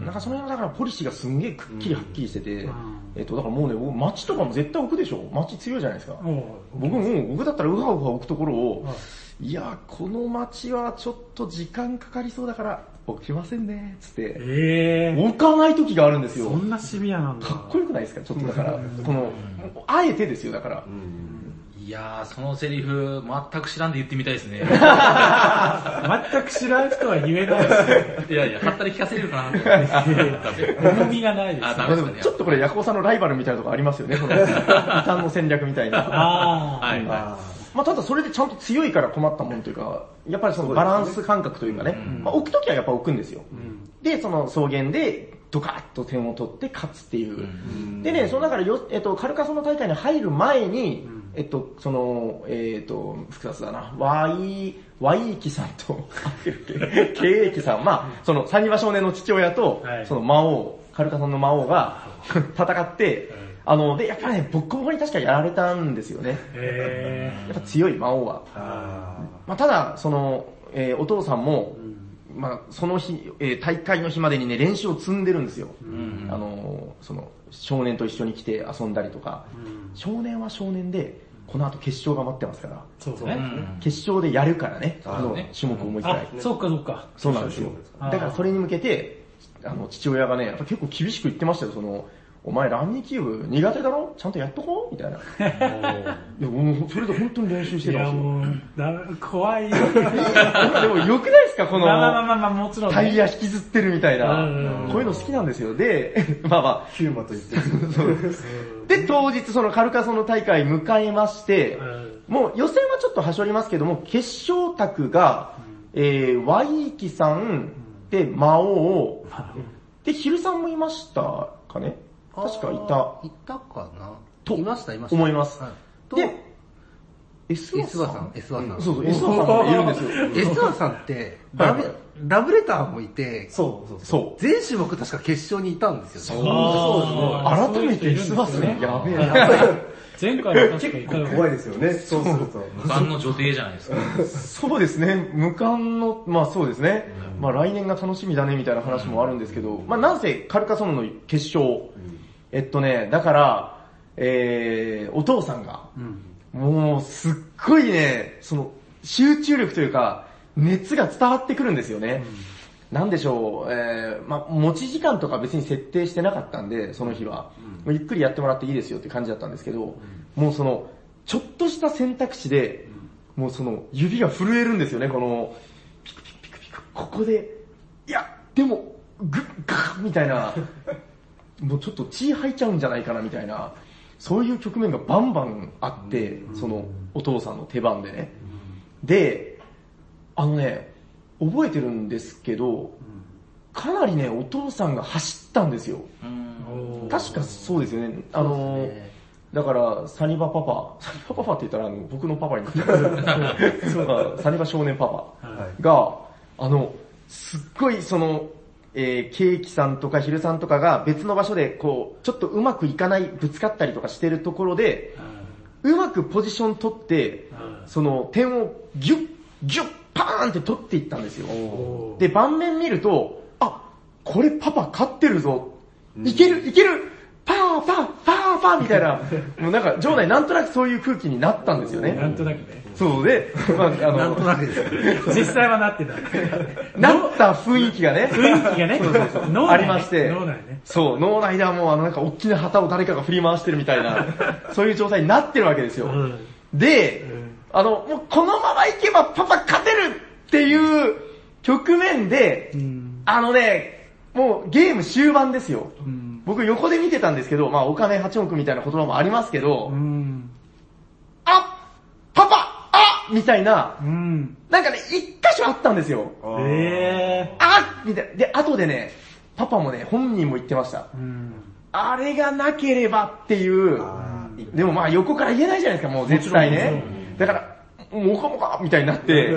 なんかその辺はだからポリシーがすんげえくっきりはっきりしてて、えっと、だからもうね、街とかも絶対置くでしょ。街強いじゃないですか。僕も、僕だったらウハウハ置くところを、いや、この街はちょっと時間かかりそうだから、置きませんね、つって。えー、置かない時があるんですよ。 そんなシビアなんだ。 かっこよくないですか、ちょっとだから。この、あえてですよ、だから。 いやー、そのセリフ、全く知らんで言ってみたいですね。 全く知らん人は言えないですね。 いやいや、はったり聞かせれるかなと思って。 重みがないです。 あ、ダメですね。 ちょっとこれ、ヤコウさんのライバルみたいなとこありますよね、この、異端の戦略みたいな。あー。はい。まあ、ただそれでちゃんと強いから困ったもんというか、やっぱりそのバランス感覚というかね、まあ、置くときはやっぱ置くんですよ。で、その草原でドカッと点を取って勝つっていう。でね、その中でよ、えっと、カルカソンの大会に入る前に、えっと、その、えっと、複雑だな、ワイ、ワイイキさんと、合ってるっけ？ケイエキさん、まあ、その、サニバ少年の父親と、その魔王、カルカソンの魔王が戦って、あの、で、やっぱりね、ボッコボコに確かやられたんですよね。へー。やっぱ強い魔王は。あまあ、ただ、その、えー、お父さんも、うん、まあ、その日、えー、大会の日までにね、練習を積んでるんですよ。うん、あの、その、少年と一緒に来て遊んだりとか、うん、少年は少年で、この後決勝が待ってますから。 そうですね。 決勝でやるからね、あの、種目を思いっきり。 あ、そっかそっか。 そうなんですよ。だからそれに向けて、あの、父親がね、やっぱ結構厳しく言ってましたよ、その、お前ランニキューブ苦手だろちゃんとやっとこうみたいな。いやもうそれで本当に練習してたんですよ。いやもう、 怖いよ。 でも良くないですかこの、 まあまあまあまあもちろん、ね、 タイヤ引きずってるみたいな。こういうの好きなんですよ。で、まあまあ。 ヒューマと言ってる。 で、当日そのカルカソンの大会迎えまして、もう予選はちょっとはしょりますけども、決勝卓が、えー、ワイキさん、で、魔王、で、ヒルさんもいましたかね確かいた。 いたかなと。 いました、いました。 思います。はい、で、 エスワさん。エスワさん。 そうそう、エスワさんもいるんですよ。 エスワさんって、ラブ、ラブレターもいて、 そうそうそう。 全種目確か決勝にいたんですよね。 そうですね。改めてエスワさん、やべえな。 前回は確かに怖いですよね、そうすると。 無冠の女帝じゃないですか。 そうですね、無冠の、まあそうですね。まあ来年が楽しみだねみたいな話もあるんですけど、まあなんせカルカソンヌの決勝、えっとね、だから、えー、お父さんが、もうすっごいね、その集中力というか、熱が伝わってくるんですよね。なんでしょう、えー、まあ持ち時間とか別に設定してなかったんで、その日は。ゆっくりやってもらっていいですよって感じだったんですけど、もうその、ちょっとした選択肢で、もうその指が震えるんですよね、この、ピクピクピクピク、ここで、いや、でも、グッガーみたいな、もうちょっと血吐いちゃうんじゃないかなみたいな、そういう局面がバンバンあって、そのお父さんの手番でね。で、あのね、覚えてるんですけど、かなりね、お父さんが走ったんですよ。確かそうですよね。あの、だから、サニバパパ、サニバパパって言ったらあの僕のパパになっちゃう。サニバ少年パパが、あの、すっごいその、 えー、ケーキさんとかヒルさんとかが別の場所でこう、ちょっとうまくいかない、ぶつかったりとかしてるところで、うまくポジション取って、その点をギュッ、ギュッ、パーンって取っていったんですよ。で、盤面見ると、あ、これパパ勝ってるぞ。いける、いけるパーパーパーパーみたいな、もうなんか場内なんとなくそういう空気になったんですよね。 なんとなくね。 そうで、まあ、あの、 なんとなくです実際はなってた。 なった雰囲気がね、 雰囲気がね、 そうそうそう脳内ねありまして、 脳内ね。 そう、脳内ではもうあのなんか大きな旗を誰かが振り回してるみたいな、そういう状態になってるわけですよ。 うん、 で、 うん、 あの、もうこのままいけばパパ勝てるっていう局面で、うん、あのね、もうゲーム終盤ですよ。うん、僕横で見てたんですけど、まあお金はちおくみたいな言葉もありますけど、うん、あパパあみたいな、うん、なんかね、一箇所あったんですよ。 へーあみたいな。で、後でね、パパもね、本人も言ってました。うん、あれがなければっていう、でもまあ横から言えないじゃないですか、もう絶対ね。だから、もかもかみたいになって、うん、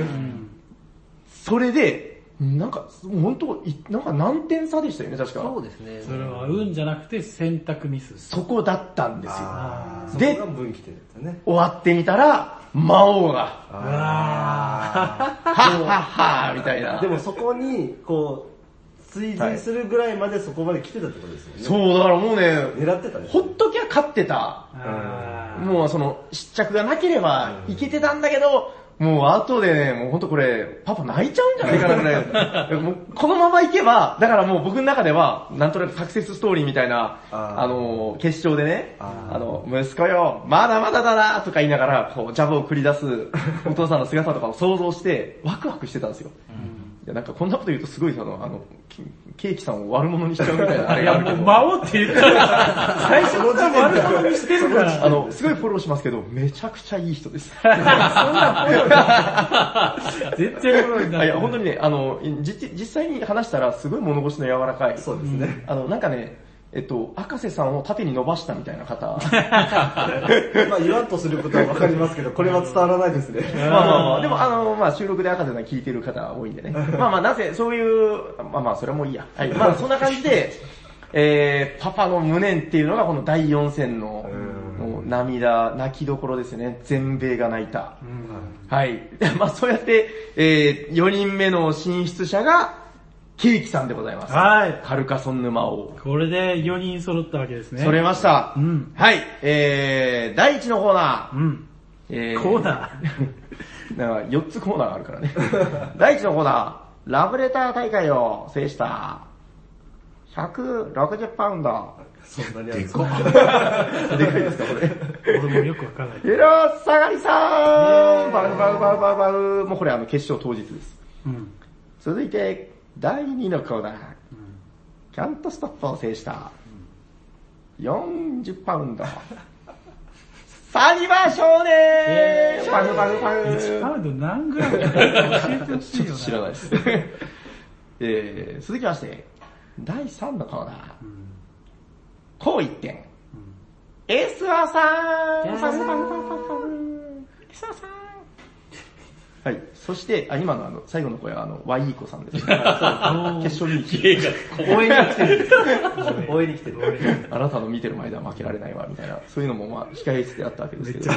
それで、なんか、本当なんか何点差でしたよね、確か。 そうですね。 それは運じゃなくて選択ミス。 そこだったんですよ。 で、分岐点ですね。 終わってみたら、魔王が、 あはっはっはみたいな。 でもそこに、こう、追随するぐらいまでそこまで来てたってことですよね。 そう、だからもうね、 狙ってたね。 ほっときゃ勝ってた。もうその、失着がなければいけてたんだけど、もう後でね、もうほんとこれ、パパ泣いちゃうんじゃないかなぐらい。もうこのままいけば、だからもう僕の中では、なんとなくサクセスストーリーみたいな、あ, あの、決勝でね、あ, あの、息子よ、まだまだだなとか言いながら、こう、ジャブを繰り出すお父さんの姿とかを想像して、ワクワクしてたんですよ。うんいやなんかこんなこと言うとすごいその、あの、ケーキさんを悪者にしちゃうみたいなあれがあるけど。 魔王って言ったら、最初の悪者にしてるから。 あの、すごいフォローしますけど、めちゃくちゃいい人です。 そんなフォロー全然フォローになってない。 いや、本当にね、あの、実実際に話したらすごい物腰の柔らかい。 そうですね。 あの、なんかね、えっと、赤瀬さんを縦に伸ばしたみたいな方。 まあ言わんとすることはわかりますけど、これは伝わらないですね。 まあまあまあ、でもあの、まあ収録で赤瀬さん聞いてる方多いんでね。まあまあなぜ、そういう、まあまあそれはもういいや。はい。まあそんな感じで、えー、パパの無念っていうのがこのだいよん戦の、もう涙、泣きどころですね。全米が泣いた。はい。まあそうやって、えー、よにんめの進出者が、ケーキさんでございます。 はい。 カルカソン沼王。 これでよにん揃ったわけですね。 揃えました。 うん。 はい。えー、だいいちのコーナー。 うん。 えー、 コーナーだからよっつコーナーがあるからね。だいいちのコーナー、ラブレター大会を制した、ひゃくろくじゅうパウンド。 そんなにあるんですか？ でかいですか、これ。 俺もよくわかんない。 ヘロサガリさんバウバウバウバウバウもうこれあの決勝当日です。うん。続いて、だいにのコーナー、うん、キャントストップを制した、よんじゅうパウンド。サニバ少年パフパフパフいちパウンド何グラムか教えてほしいよな。 知らないです。えー、続きまして、だいさんのコーナー、うん、こういってん、うん、エスワさんパフパフパフパフエスワさんはい。そして、あ、今のあの、最後の声はあの、ワイーコさんです。決勝に来てる。 応援に来てる。応援に来てる。 あなたの見てる前では負けられないわ、みたいな。そういうのもまあ、控え室であったわけですけど。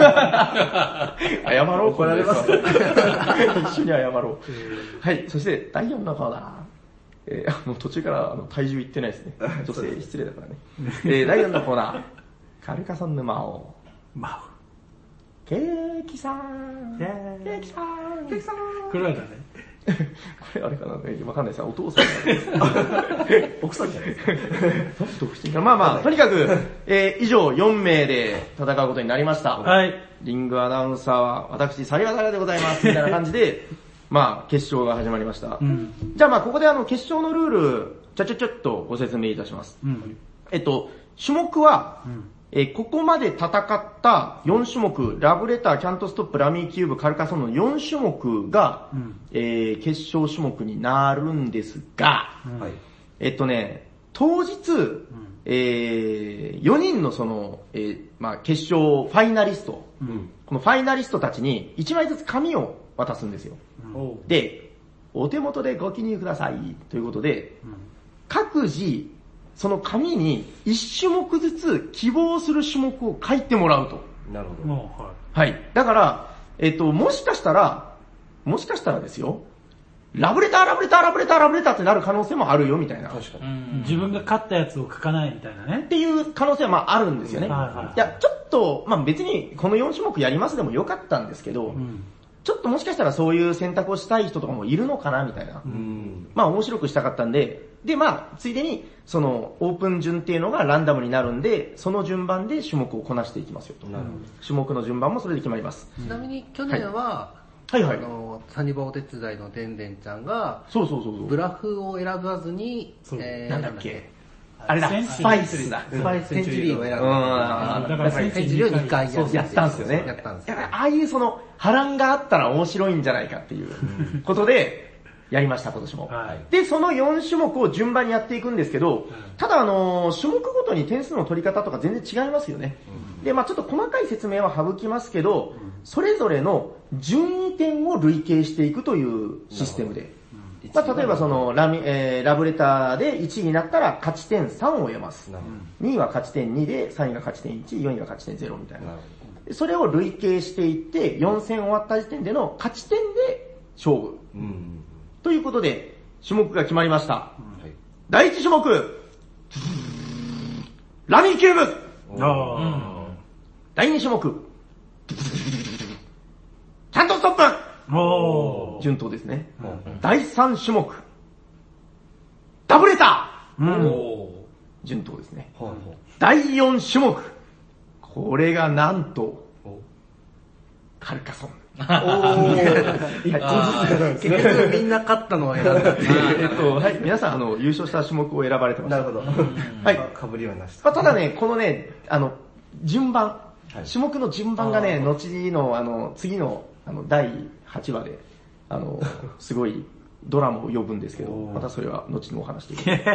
謝ろう、 怒られます。 一緒に謝ろう。はい。そして、だいよんのコーナー。えー、もう途中からあの体重いってないですね。女性失礼だからね。えー、だいよんのコーナー。カルカソン沼王。 マオ。 ケーキさんケーキさんケーキさんこれはだね。 これあれかなわかんないですお父さん奥さんじゃないですか。 まあまあ、とにかく、えー、以上よんめいで戦うことになりました。 はい。 リングアナウンサーは私、サリバダラでございます。みたいな感じで、まあ、決勝が始まりました。うん、じゃあまあ、ここであの、決勝のルール、ちゃちゃちゃっとご説明いたします。うん、えっと、種目は、うんえー、ここまで戦ったよん種目、ラブレター、キャントストップ、ラミーキューブ、カルカソンのよん種目が、うんえー、決勝種目になるんですが、うん、えっとね、当日、うんえー、よにんのその、えーまあ、決勝ファイナリスト、うん、このファイナリストたちにいちまいずつ紙を渡すんですよ。うん、で、 お手元でご記入ください。ということで、うん、各自、その紙にいち種目ずつ希望する種目を書いてもらうと。 なるほど。 はい。はい。だから、えっと、もしかしたら、もしかしたらですよ、ラブレター、ラブレター、ラブレター、ラブレターってなる可能性もあるよ、みたいな。 確かに。自分が勝ったやつを書かないみたいなね。 っていう可能性はまああるんですよね。 はいはいはい、 いや、ちょっと、まあ別にこのよん種目やりますでもよかったんですけど、うん、ちょっともしかしたらそういう選択をしたい人とかもいるのかな、みたいな。うん、まあ面白くしたかったんで、でまあ、ついでに、その、オープン順っていうのがランダムになるんで、その順番で種目をこなしていきますよと。うん、種目の順番もそれで決まります。 ちなみに去年は、はいはいはい。あの、サニバお手伝いのでんでんちゃんが、 そうそうそうそう。 ブラフを選ばずに、 えー、なんだっけ。あれだ、スパイスだ。 スパイスセンチュリーを選んだ。 うん。 だからセンチュリーをにかいやったんですよね。 やったんですよ。 ああいうその、波乱があったら面白いんじゃないかっていうことで、やりました、今年も。はい、で、そのよん種目を順番にやっていくんですけど、ただあの、種目ごとに点数の取り方とか全然違いますよね。で、まあちょっと細かい説明は省きますけど、それぞれの順位点を累計していくというシステムで。まあ例えばそのラミ、えー、ラブレターでいちいになったら勝ち点さんを得ます。にいは勝ち点にで、さんいが勝ち点いち、よんいが勝ち点ゼロみたいな。それを累計していって、よん戦終わった時点での勝ち点で勝負。うんということで、種目が決まりました。はい、だいいち種目、ラミーキューブ、うん、だいに種目、ちゃんとストップお順当ですね。うん、だいさん種目、ダブレター、うん、順当ですね。うん、だいよん種目、これがなんと、カルカソン。おー。結局みんな勝ったのを選んだっていう。 えっと、はい、皆さん、あの、優勝した種目を選ばれてました。 なるほど。 はい。 かぶりはなし。 まあ、ただね、このね、あの、順番、はい、種目の順番がね、後の、あの、次の、あの、だいはちわで、あの、すごい、ドラマを呼ぶんですけど、またそれは後のお話で。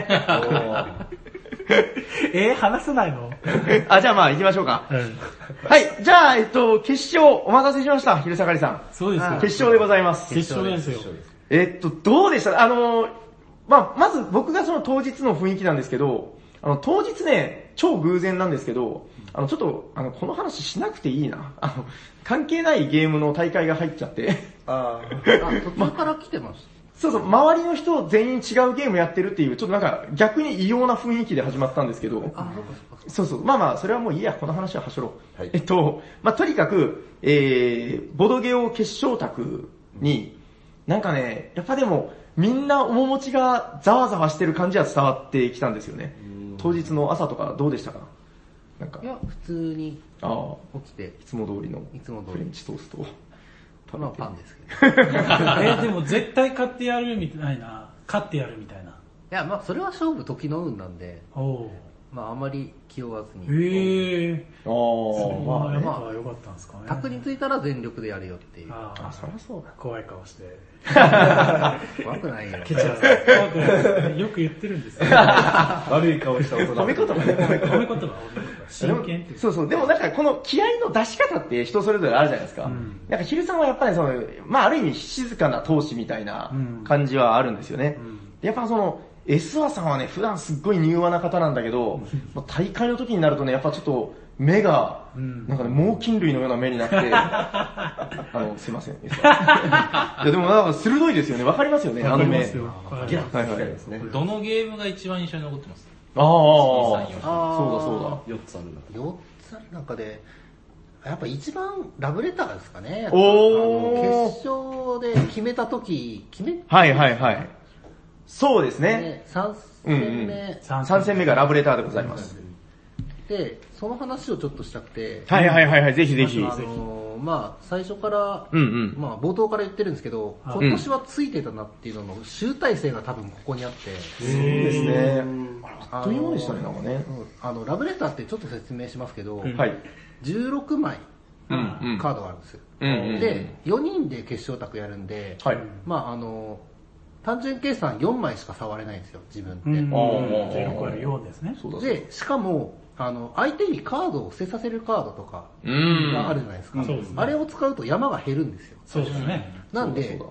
えー、話せないのあ、じゃあまあ行きましょうか。うん、はい、じゃあ、えっと、決勝、お待たせしました、昼下がりさん。 そうですよ。 決勝でございます。 決勝ですよ。 えっと、どうでしたあの、まあ、まず僕がその当日の雰囲気なんですけど、あの、当日ね、超偶然なんですけど、あの、ちょっと、あの、この話しなくていいな。あの、関係ないゲームの大会が入っちゃって。 ああ、途中から来てました。 そうそう、周りの人全員違うゲームやってるっていう、ちょっとなんか逆に異様な雰囲気で始まったんですけど、あそうそう、まあまあ、それはもういいや、この話ははしょろう。はい、えっと、まあとにかく、えー、ボドゲオ決勝卓に、なんかね、やっぱでも、みんな面持ちがざわざわしてる感じは伝わってきたんですよね。当日の朝とかどうでしたかなんか。 いや、普通に起きて。 いつも通りのいつも通りフレンチトーストを。 まあパンですけど。 え、でも絶対買ってやるみたいな、買ってやるみたいな。いや、まあそれは勝負時の運なんで、 おまああまり気負わずに。 へぇー。 ああ、まあ、まあ良かったんですかね。 卓についたら全力でやるよっていう。 ああ、そりゃそうだ。 怖い顔して。 怖くないよ。 ケチャ怖くない。よく言ってるんですよ。 悪い顔した大人。 褒め言葉ね。 褒め言葉。真剣って。 そうそう。でもなんかこの気合の出し方って人それぞれあるじゃないですか。うん、なんかヒルさんはやっぱりその、まあある意味静かな闘志みたいな感じはあるんですよね。うん、やっぱその、エスワさんはね、普段すっごい柔和な方なんだけど、大会の時になるとね、やっぱちょっと目が、なんかね、猛禽類のような目になって、あの、すいません。いやでもなんか鋭いですよね。わかりますよね、あの目。 ギャッはいはいですね。 どのゲームが一番印象に残ってますああ、そうだそうだ。 よっつあるな。よっつある中で、やっぱ一番ラブレターですかね。 おー。決勝で決めた時、決めはいはいはい。そうですね。 さん戦目、うんうん、 さん戦目がラブレターでございます。 で、その話をちょっとしたくて。 はいはいはいはい、ぜひぜひ。 あのー、まあ最初から、 うんうん、 まあ冒頭から言ってるんですけど、今年はついてたなっていうのの集大成が多分ここにあって。 そうですね。あっという間でしたね、なんかね。 あの、ラブレターってちょっと説明しますけど、 うん、はい。 じゅうろくまい、カードがあるんですよ。うんうん、で、よにんで決勝卓やるんで、 はい。 まああのー、単純計算よんまいしか触れないんですよ、自分って。 じゅうろく割るよんですね。 で、しかも、あの、相手にカードを捨てさせるカードとかがあるじゃないですか。あれを使うと山が減るんですよ。 そうですね。 なんで、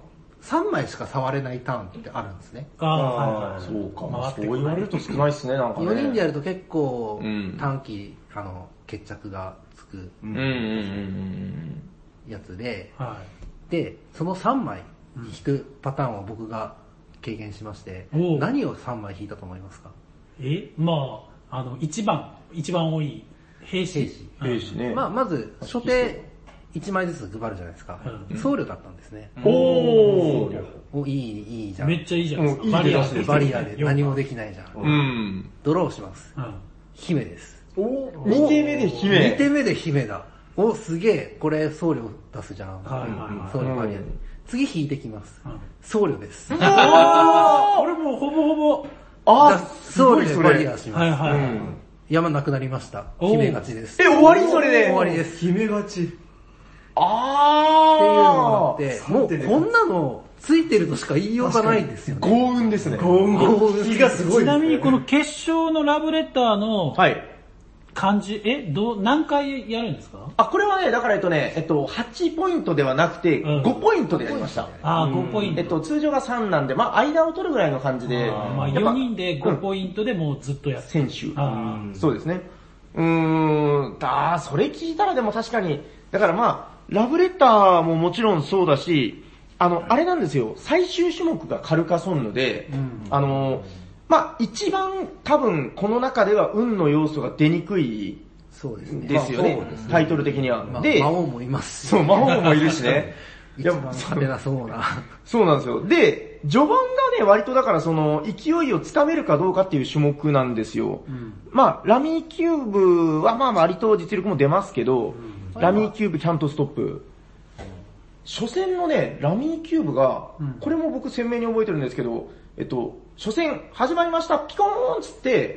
さんまいしか触れないターンってあるんですね。 ああ、はいはい。 そうか、まあそう言われると少ないですね、なんかね。 よにんでやると結構うん短期、あの、決着がつくうんうんうんうんやつで、 はで、そのさんまい引くパターンを僕が経験しまして、 おう何をさんまい引いたと思いますか？ い。え、まあ、あの、一番、一番多い兵士。 兵士うん。兵士ね。 まあ、まず、初手いちまいずつ配るじゃないですか。 うん僧侶だったんですね。 おー。 お、いい、いいじゃん。 めっちゃいいじゃないですか。 うんバリアいい出だしバリアで何もできないじゃん。 うん。 ドローします。 うん。 姫です。 おに手目で姫。 に手目で姫だ。お、すげえ、これ僧侶出すじゃん。 はいはいはい僧侶バリアで。次引いてきますうん。 僧侶です。 ああこれもうほぼほぼ。 あ、す僧ごいそ侶でバリアれ。 します。 はいはい。 うん。 山なくなりました。 おう姫勝ちです。 え、終わりそれで。 終わりです。 姫勝ち。 あー。 っていうのがあって、もうさん手でこんなのついてるとしか言いようがないんですよね。 幸運ですね。 幸運幸運気がすごい。 ちなみにこの決勝のラブレターのはい。 漢字、え、どう、何回やるんですか？ あ、これはね、だからえっとね、えっと、はちポイントではなくて、 うんごポイントでやりました。 ああ、ごポイント。 えっと、通常がさんなんで、まあ、間を取るぐらいの感じで、 まあやっぱよにんでごポイントでもうずっとやってる。 選手。 あそうですね。うーん、だそれ聞いたらでも確かに、だからまあ、ラブレターももちろんそうだし、あの、あれなんですよ、最終種目がカルカソンヌで、あの、まあ、一番多分この中では運の要素が出にくいそうですね。 ですよね、 まあそうですねタイトル的には。 まあで、 魔王もいますし。 そう、魔王もいるしね。 一番勝てなそうな。 そうなんですよ。で、序盤がね、割とだからその、勢いをつかめるかどうかっていう種目なんですよ。まあ、ラミーキューブはまあ割と実力も出ますけど、ラミーキューブキャントストップ。初戦のね、ラミーキューブが、これも僕鮮明に覚えてるんですけど、えっと、初戦始まりました、ピコーンつって、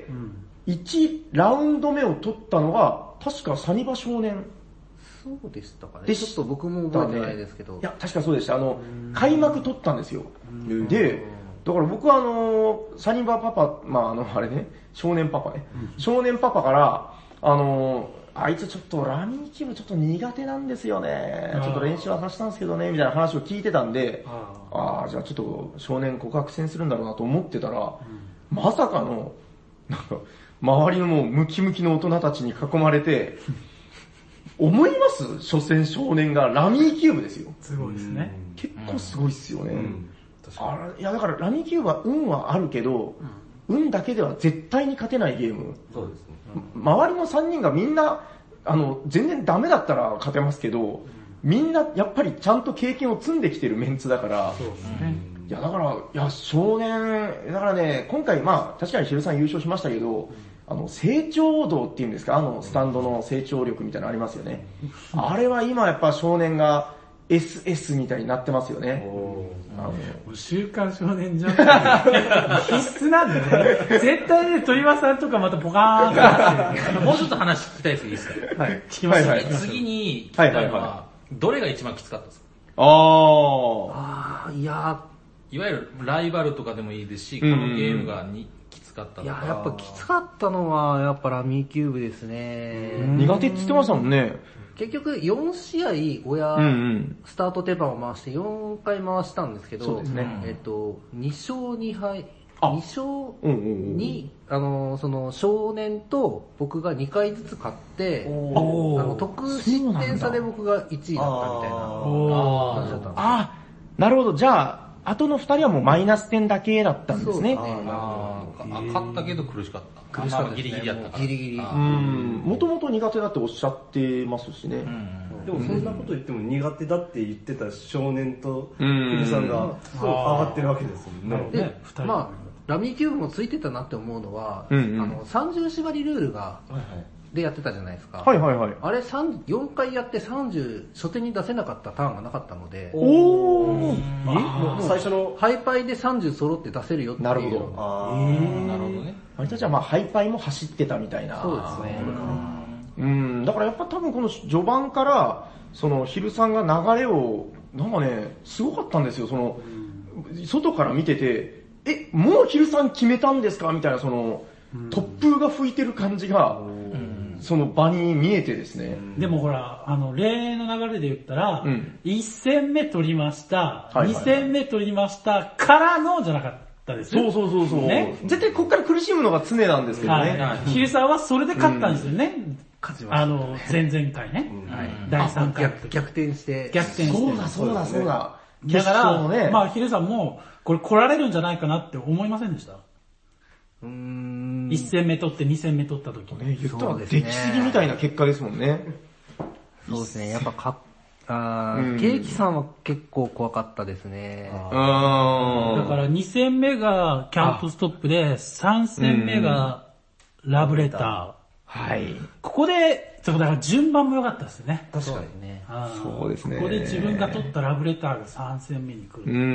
いちラウンド目を取ったのが、確かサニバ少年。 そうでしたかね。 でちょっと僕も覚えてないですけど。 いや、確かそうでした。あの、開幕取ったんですよ。で、だから僕はあの、サニバパパ、まああの、あれね、少年パパね。少年パパから、あの、あいつちょっとラミーキューブちょっと苦手なんですよね。ちょっと練習はさせたんですけどね、みたいな話を聞いてたんで、ああ、じゃあちょっと少年告白戦するんだろうなと思ってたら、まさかの、なんか、周りのもうムキムキの大人たちに囲まれて、思います初戦少年がラミーキューブですよ。 すごいですね。 結構すごいっすよね。あらいやだからラミーキューブは運はあるけど、運だけでは絶対に勝てないゲーム。 そうですね。 周りのさんにんがみんな、あの、全然ダメだったら勝てますけど、みんなやっぱりちゃんと経験を積んできてるメンツだから、 そうですね。 いやだから、いや少年、だからね、今回まあ確かにヒルさん優勝しましたけど、あの、成長度っていうんですか、あの、スタンドの成長力みたいなのありますよね。あれは今やっぱ少年が エスエス みたいになってますよね。あのもう週刊少年ジャンプ必須なんでね。絶対ね、鳥羽さんとかまたポカーンとなってる。 もうちょっと話聞きたいですけどいいですか？ はい。 聞きますよはいはい。 次に聞きたいのはいはいは、どれが一番きつかったですか？ あー。 ああ、いやいわゆるライバルとかでもいいですし、こうんうんうんのゲームがにきつかったー、いとか。 や、やっぱきつかったのは、やっぱラミーキューブですね。 苦手って言ってましたもんね。 結局よん試合親、 うんうん。 スタート手番を回してよんかい回したんですけど、 そうですねえっと、に勝に敗、 あに勝うんうんうん。 に、あの、その少年と僕がにかいずつ勝って、あおの、得失点差で僕がいちいだったみたいなお話だったんですよ。 あー、なるほど。じゃあ、後の二人はもうマイナス点だけだったんですね。 そうですねあーあ勝ったけど苦しかった。 苦しかったですねまあギリギリやったから。 ギリギリあーうん。もともと苦手だっておっしゃってますしね。 でもそんなこと言っても苦手だって言ってた少年とヒうんルさんがそう上がってるわけですもんね。 で、 ね二人まあ、ラミーキューブもついてたなって思うのは、 うんうんあの、さんじゅう縛りルールが、でやってたじゃないですか。 はいはいはい。 あれさんよんかいやってさんじゅう初手に出せなかったターンがなかったので、 おー。 もう最初の、 ハイパイでさんじゅう揃って出せるよっていう。 なるほどあなるほどね。 割とじゃあまあハイパイも走ってたみたいな。 そうですね。 うん、だからやっぱ多分この序盤から、そのヒルさんが流れを、なんかね、すごかったんですよ、その、外から見てて、え、もうヒルさん決めたんですかみたいなその、突風が吹いてる感じが、 その場に見えてですね。 でもほら、あの、例の流れで言ったら、 うん、 いち戦目取りました、 はいはいはい、 に戦目取りましたからのじゃなかったですそうそうそうそう。ね、絶対ここから苦しむのが常なんですけどね。 はい、ヒルさんはそれで勝ったんですよね。うん、 勝ちました。 あの、前々回ね。うん、はい、だいさんかい逆。逆転して。 逆転して。 そうだそうだそうだ。 だから、ね、まあヒルさんも、これ来られるんじゃないかなって思いませんでした？うーん。いち戦目取ってに戦目取った時ね、言ったら出来すぎみたいな結果ですもんね。 そうですね、やっぱか、あー、ケーキさんは結構怖かったですね。 あだからに戦目がキャンプストップで、さん戦目がラブレター。 はい。ここで、だから順番も良かったですよね。 確かにね。 そうですね。 ここで自分が取ったラブレターがさん戦目に来る。 うん。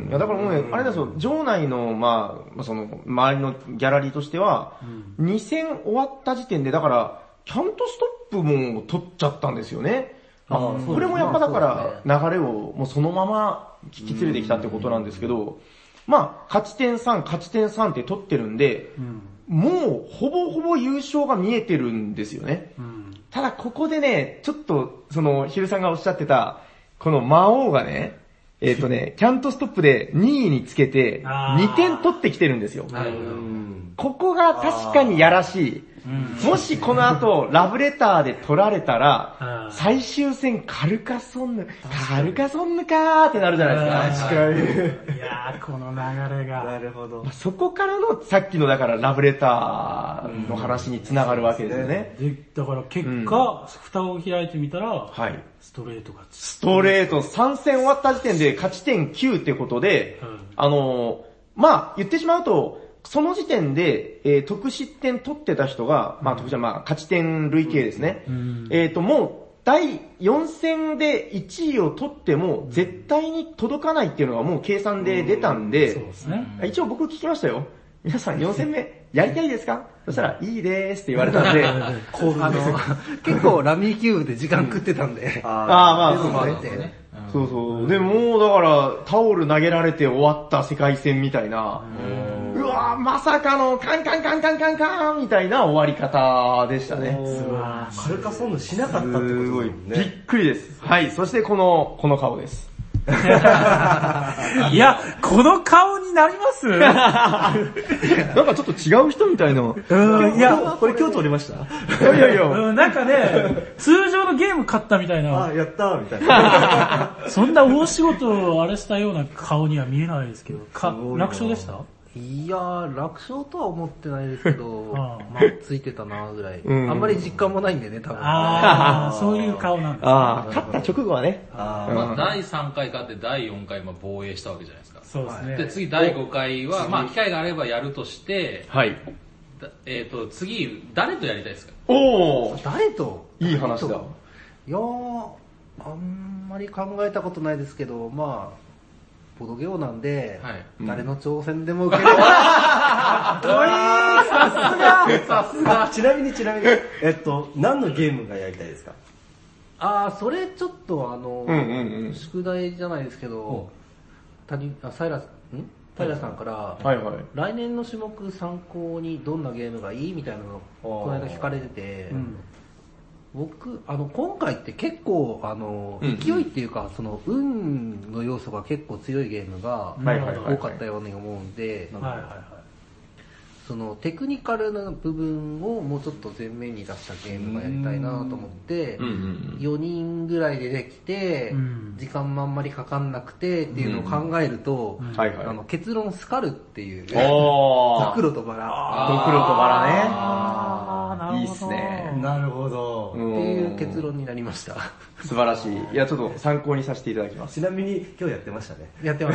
いやだからもうね、あれですよ、場内の、まあ、その、周りのギャラリーとしては、うん、に戦終わった時点で、だから、キャントストップも取っちゃったんですよね。あこれもやっぱだから流れをもうそのまま引き連れてきたってことなんですけど、まあ勝ち点さん、勝ち点さんって取ってるんで、うん、もうほぼほぼ優勝が見えてるんですよね。うん、ただここでね、ちょっとそのヒルさんがおっしゃってた、この魔王がね、えっ、ー、とね、キャントストップでにいにつけてにてん取ってきてるんですよ。ここが確かにやらしい。うん、もしこの後、ラブレターで取られたら、最終戦カルカソンヌ、カルカソンヌかーってなるじゃないですか。 確かに。いやー、この流れが。 なるほど。 そこからのさっきのだからラブレターの話につながるわけですよね。 でだから結果、うん、蓋を開いてみたら、はい、ストレート勝ち。 ストレート、さん戦終わった時点で勝ち点きゅうってことで、うん、あのー、まあ言ってしまうと、その時点で、えー、得失点取ってた人が、まあ、得じゃまあ、勝ち点累計ですね。うん、えっと、もう、だいよん戦でいちいを取っても、絶対に届かないっていうのがもう計算で出たんで、うん、そうですね。一応僕聞きましたよ。皆さんよん戦目、やりたいですか？そしたら、いいでーすって言われたんで、 こうあの、結構ラミーキューブで時間食ってたんで。 ああ、まあ、そうですね。そうそう。で、もうだから、タオル投げられて終わった世界戦みたいな、うわぁ、まさかのカンカンカンカンカンカンみたいな終わり方でしたね。 カルカソンヌしなかったってことですよね。 びっくりです。はい、そしてこの、この顔です。 いや、この顔になりますなんかちょっと違う人みたいな。 うん、いや、これ今日撮りましたいやいやいや、うん、なんかね、通常のゲーム勝ったみたいな。 あ、やったーみたいな。 そんな大仕事をあれしたような顔には見えないですけど、か楽勝でした？ いやー、楽勝とは思ってないですけど、あまあ、ついてたなぐらい、うん。あんまり実感もないんでね、多分。 ああ、そういう顔なんですね。 ああ、勝った直後はね。 あまあ、だいさんかい勝ってだいよんかいも防衛したわけじゃないですか。 そうですね。 で、次だいごかいは、まあ、機会があればやるとして、 はい。 えっ、ー、と、次、誰とやりたいですか？ おー誰といい話だ。 いやー、あんまり考えたことないですけど、まあ、ボドゲオなんで、はい、誰の挑戦でも受ければ。 さすがさすがちなみにちなみに、えっと、何のゲームがやりたいですか？ あー、それちょっとあの、 うんうんうん、 宿題じゃないですけど、谷あサイラス、ん平さんから、 はいはい、 来年の種目参考にどんなゲームがいいみたいなのをこの間聞かれてて、うん、僕あの今回って結構あの、うん、勢いっていうかその運の要素が結構強いゲームが多かったように思うんで、そのテクニカルな部分をもうちょっと前面に出したゲームがやりたいなと思って、よにんぐらいでできて、時間もあんまりかかんなくてっていうのを考えると、あの結論スカルっていう、ドクロとバラ。 ドクロとバラね。いいっすね。 なるほど。 っていう結論になりました。 素晴らしい。いや、ちょっと参考にさせていただきます。 ちなみに今日やってましたね。 やってました。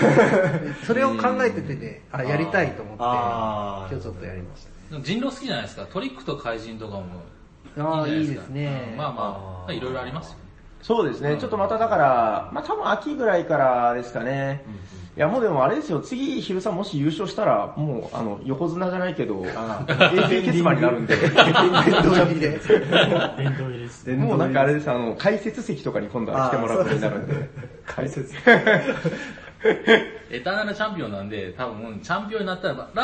それを考えててね、あ、やりたいと思って、今日ちょっとやりましたね。 人狼好きじゃないですか。トリックと怪人とかもああ、いいですね。 まあまあ、いろいろありますよね。 そうですね。ちょっとまただからあ、まあ多分秋ぐらいからですかね。うんうん、いやもうでもあれですよ、次、ヒルさんもし優勝したら、もうあの、横綱じゃないけど、永久欠番になるんで。殿堂入りで。殿堂入りです。もうなんかあれです、あの、解説席とかに今度は来てもらうことになるんで。 解説エターナルチャンピオンなんで、多分、チャンピオンになったら、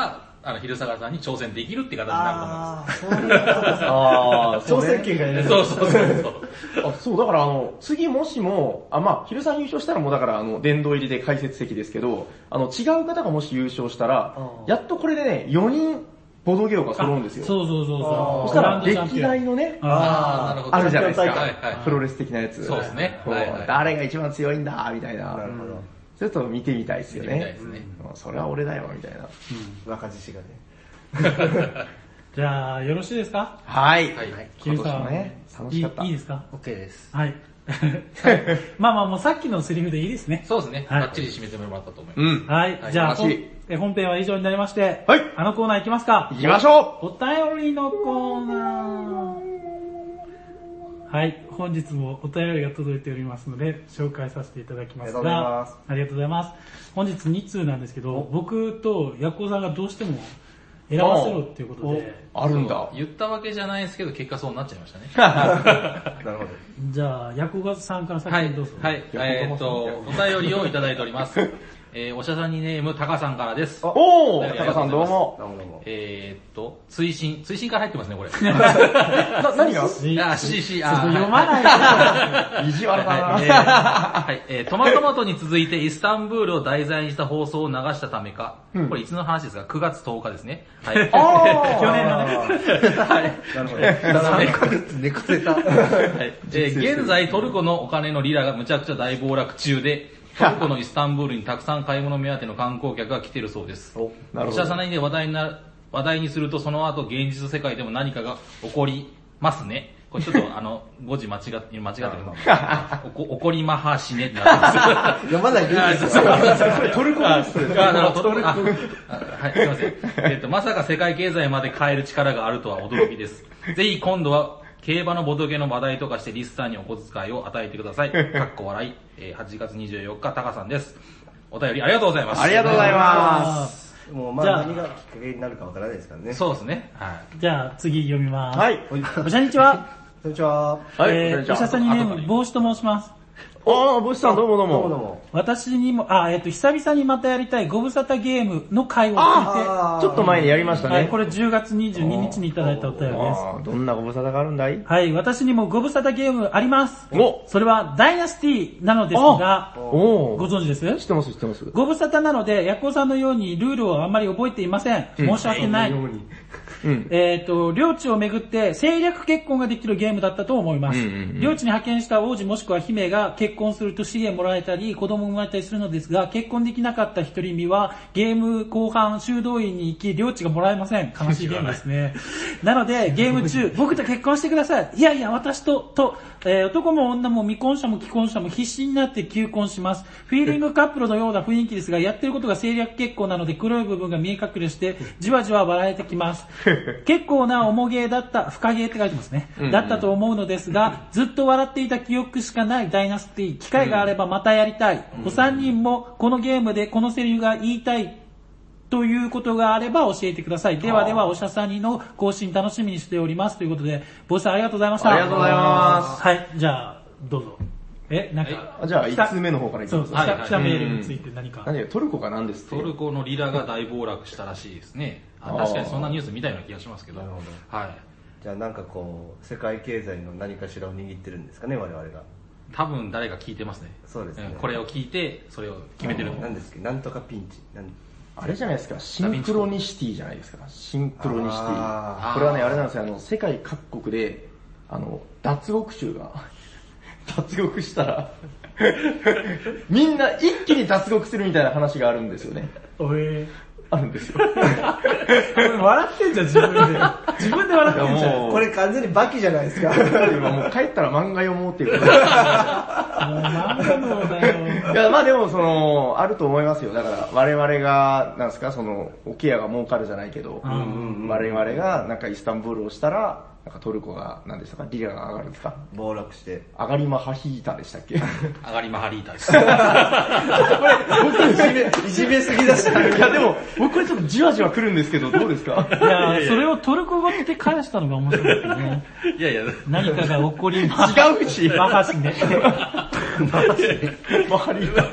あの、昼下がりさんに挑戦できるって形になると思います。 あー、そういうことですか。あー、挑戦権が得られる。 そうそうそうそう。 あ、そう、だからあの、次もしも、あ、まあ、昼さん優勝したらもうだからあの、殿堂入りで解説席ですけど、あの、違う方がもし優勝したら、やっとこれでね、よにん、ボドゲオが揃うんですよ。 そうそうそうそう。 そしたら、歴代のね、 ああ、なるほど。 あるじゃないですか。 はいはい。 プロレス的なやつ。 そうですね。 はいはい、誰が一番強いんだ、みたいな。 なるほど。 ちょっと見てみたいですよね。 見てみたいですね。 それは俺だよ、みたいな。 うん。若獅子がね。 じゃあ、よろしいですか？ はい。 はい。 キムさん。 ね、楽しかった。 いいですか？ OK です。 はい。まあまあもうさっきのセリフでいいですね。 そうですね。 はい、 バッチリ締めてもらったと思います。 うん。 はい。 はい、 じゃあ本、本編は以上になりまして、 はい。 あのコーナー行きますか。 行きましょう。お便りのコーナー。はい。本日もお便りが届いておりますので、紹介させていただきますが、 ありがとうございます。 ありがとうございます。本日に通なんですけど、僕とヤコウさんがどうしても選ばせろっていうことで、 あるんだ。 言ったわけじゃないですけど、結果そうなっちゃいましたね。 なるほど。 じゃあ、ヤコウさんから先はいにどうぞ。 はい。えーっと、お便りをいただいております。えー、おしゃさんにネーム、タカさんからです。 おー、タカさんどうも。 どうもどうも。 えーっと、追伸、追伸から入ってますね、これ。 な、何があ、し、し、あ、 読まないと。 意地悪だな。 はい、えーはいえートマトマトに続いてイスタンブールを題材にした放送を流したためか、うん、これいつの話ですか？くがつとおかですね。はい。 あ去年のね。 はい。なるほど。 さんかげつ寝かせた。はい。 えー、現在トルコのお金のリラがむちゃくちゃ大暴落中で、トルコのイスタンブールにたくさん買い物目当ての観光客が来てるそうです。お、なるほど。おしゃさないで話題になる、話題にするとその後現実世界でも何かが起こりますね。これちょっとあの、語字間違って、間違ってるの。起こりまはしねってなってます。 読まないでいいですよ。 それトルコです。 あ、なるほど。トルコ。はい、すいません。えっと、まさか世界経済まで変える力があるとは驚きです。ぜひ今度は、競馬のボドゲの話題とかしてリスターにお小遣いを与えてください。かっこ笑い。えー、はちがつにじゅうよっか、タカさんです。お便りありがとうございます。 ありがとうございます。 もうまあ何がきっかけになるかわからないですからね。 そうですね。はい。 じゃあ次読みます。 はい。 おしゃにちは。 こんにちは。 はい。 えー、おしゃさんにネーム、帽子と申します。 あー、帽子さんどうもどうも。どうもどうも。 私にも、あ、えっ、ー、と、久々にまたやりたいご無沙汰ゲームの回を聞いて、 ちょっと前にやりましたね。 はい、これじゅうがつにじゅうににちにいただいたお便りです。 どんなご無沙汰があるんだい？ はい、私にもご無沙汰ゲームあります。 お、 それはダイナスティなのですが、 おご存知です？ 知ってます知ってます。 ご無沙汰なので、ヤコウさんのようにルールをあんまり覚えていません。申し訳ない。うん、えっ、ー、と、領地をめぐって政略結婚ができるゲームだったと思います。うんうんうん、領地に派遣した王子もしくは姫が結婚すると資源もらえたり、子供も生まれたりするのですが、結婚できなかった一人身はゲーム後半修道院に行き、領地がもらえません。悲しいゲームですね。なので、ゲーム中、僕と結婚してください。いやいや、私と、と、えー、男も女も未婚者も既婚者も必死になって求婚します。フィーリングカップルのような雰囲気ですが、やってることが政略結婚なので黒い部分が見え隠れして、じわじわ笑えてきます。結構な重ゲーだった、深ゲーって書いてますね。だったと思うのですが、ずっと笑っていた記憶しかないダイナスティ。機会があればまたやりたい。お三人もこのゲームでこのセリフが言いたいということがあれば教えてください。ではでは、おしゃさんにの更新楽しみにしております。ということで、ボスさんありがとうございました。 ありがとうございます。 はい、じゃあ、どうぞ。え、なんか、 じゃあ、いつつめの方からいきます。 そうそう、来たメールについて何か。 何トルコが何ですか？ トルコのリラが大暴落したらしいですね。あ、確かにそんなニュース見たような気がしますけど。なるほど。はい。 じゃあなんかこう、世界経済の何かしらを握ってるんですかね、我々が。 多分誰か聞いてますね。 そうですね。 これを聞いて、それを決めてる。 何ですか？なんとかピンチ。 あれじゃないですか、シンクロニシティじゃないですか。シンクロニシティ。これはね、あれなんですよ、あの、世界各国で、あの、脱獄囚が、脱獄したら、みんな一気に脱獄するみたいな話があるんですよね。 おえあるんですよ。 笑ってんじゃん、自分で。自分で笑ってんじゃん。 これ完全にバキじゃないですか。 もう帰ったら漫画読もうっていうことで。もう漫画のだよ。 いや、まあでもその、あると思いますよ。だから我々が、なんですか、その、オケアが儲かるじゃないけど、うんうんうん、我々がなんかイスタンブールをしたら、なんかトルコが、何でしたか、リラが上がるんですか？ 暴落して。 上がりまハヒータでしたっけ？ 上がりまハリータです。 これ、僕いじめ、いじめすぎだした。 いやでも、僕これちょっとじわじわ来るんですけど、どうですか？ いや、それをトルコ語って返したのが面白いですね。 いやいや、 何かが起こります。 違うし。 マハシね。 マハリータ。